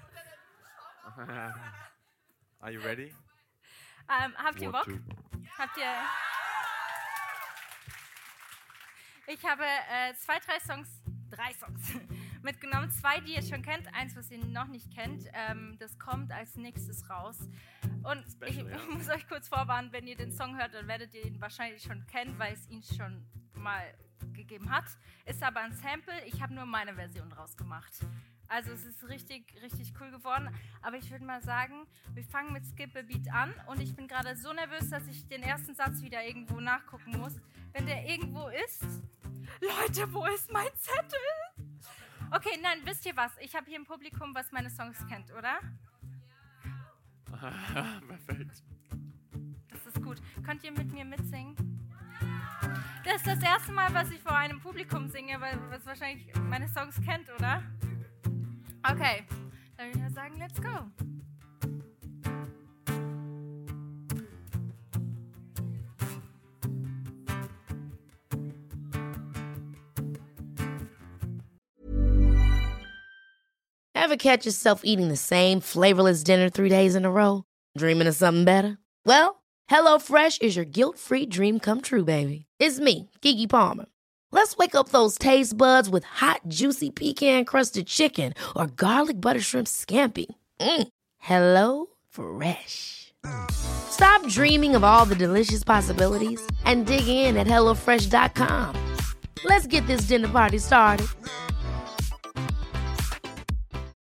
Are you ready? Ähm, habt ihr One, Bock? two. Habt ihr... Ich habe äh, zwei, drei Songs, drei Songs mitgenommen. Zwei, die ihr schon kennt, eins, was ihr noch nicht kennt. Ähm, das kommt als nächstes raus. Und Special, ich ja. muss euch kurz vorwarnen, wenn ihr den Song hört, dann werdet ihr ihn wahrscheinlich schon kennen, weil es ihn schon mal gegeben hat. Ist aber ein Sample, ich habe nur meine Version draus gemacht. Also es ist richtig, richtig cool geworden. Aber ich würde mal sagen, wir fangen mit Skip a Beat an. Und ich bin gerade so nervös, dass ich den ersten Satz wieder irgendwo nachgucken muss. Wenn der irgendwo ist... Leute, wo ist mein Zettel? Okay, nein, wisst ihr was? Ich habe hier ein Publikum, was meine Songs kennt, oder? Perfekt. Das ist gut. Könnt ihr mit mir mitsingen? Das ist das erste Mal, was ich vor einem Publikum singe, weil was wahrscheinlich meine Songs kennt, oder? Okay, dann würde ich mal sagen, let's go. Ever catch yourself eating the same flavorless dinner three days in a row? Dreaming of something better? Well, HelloFresh is your guilt-free dream come true, baby. It's me, Keke Palmer. Let's wake up those taste buds with hot, juicy pecan-crusted chicken or garlic butter shrimp scampi. Mm. Hello Fresh. Stop dreaming of all the delicious possibilities and dig in at hello fresh dot com. Let's get this dinner party started.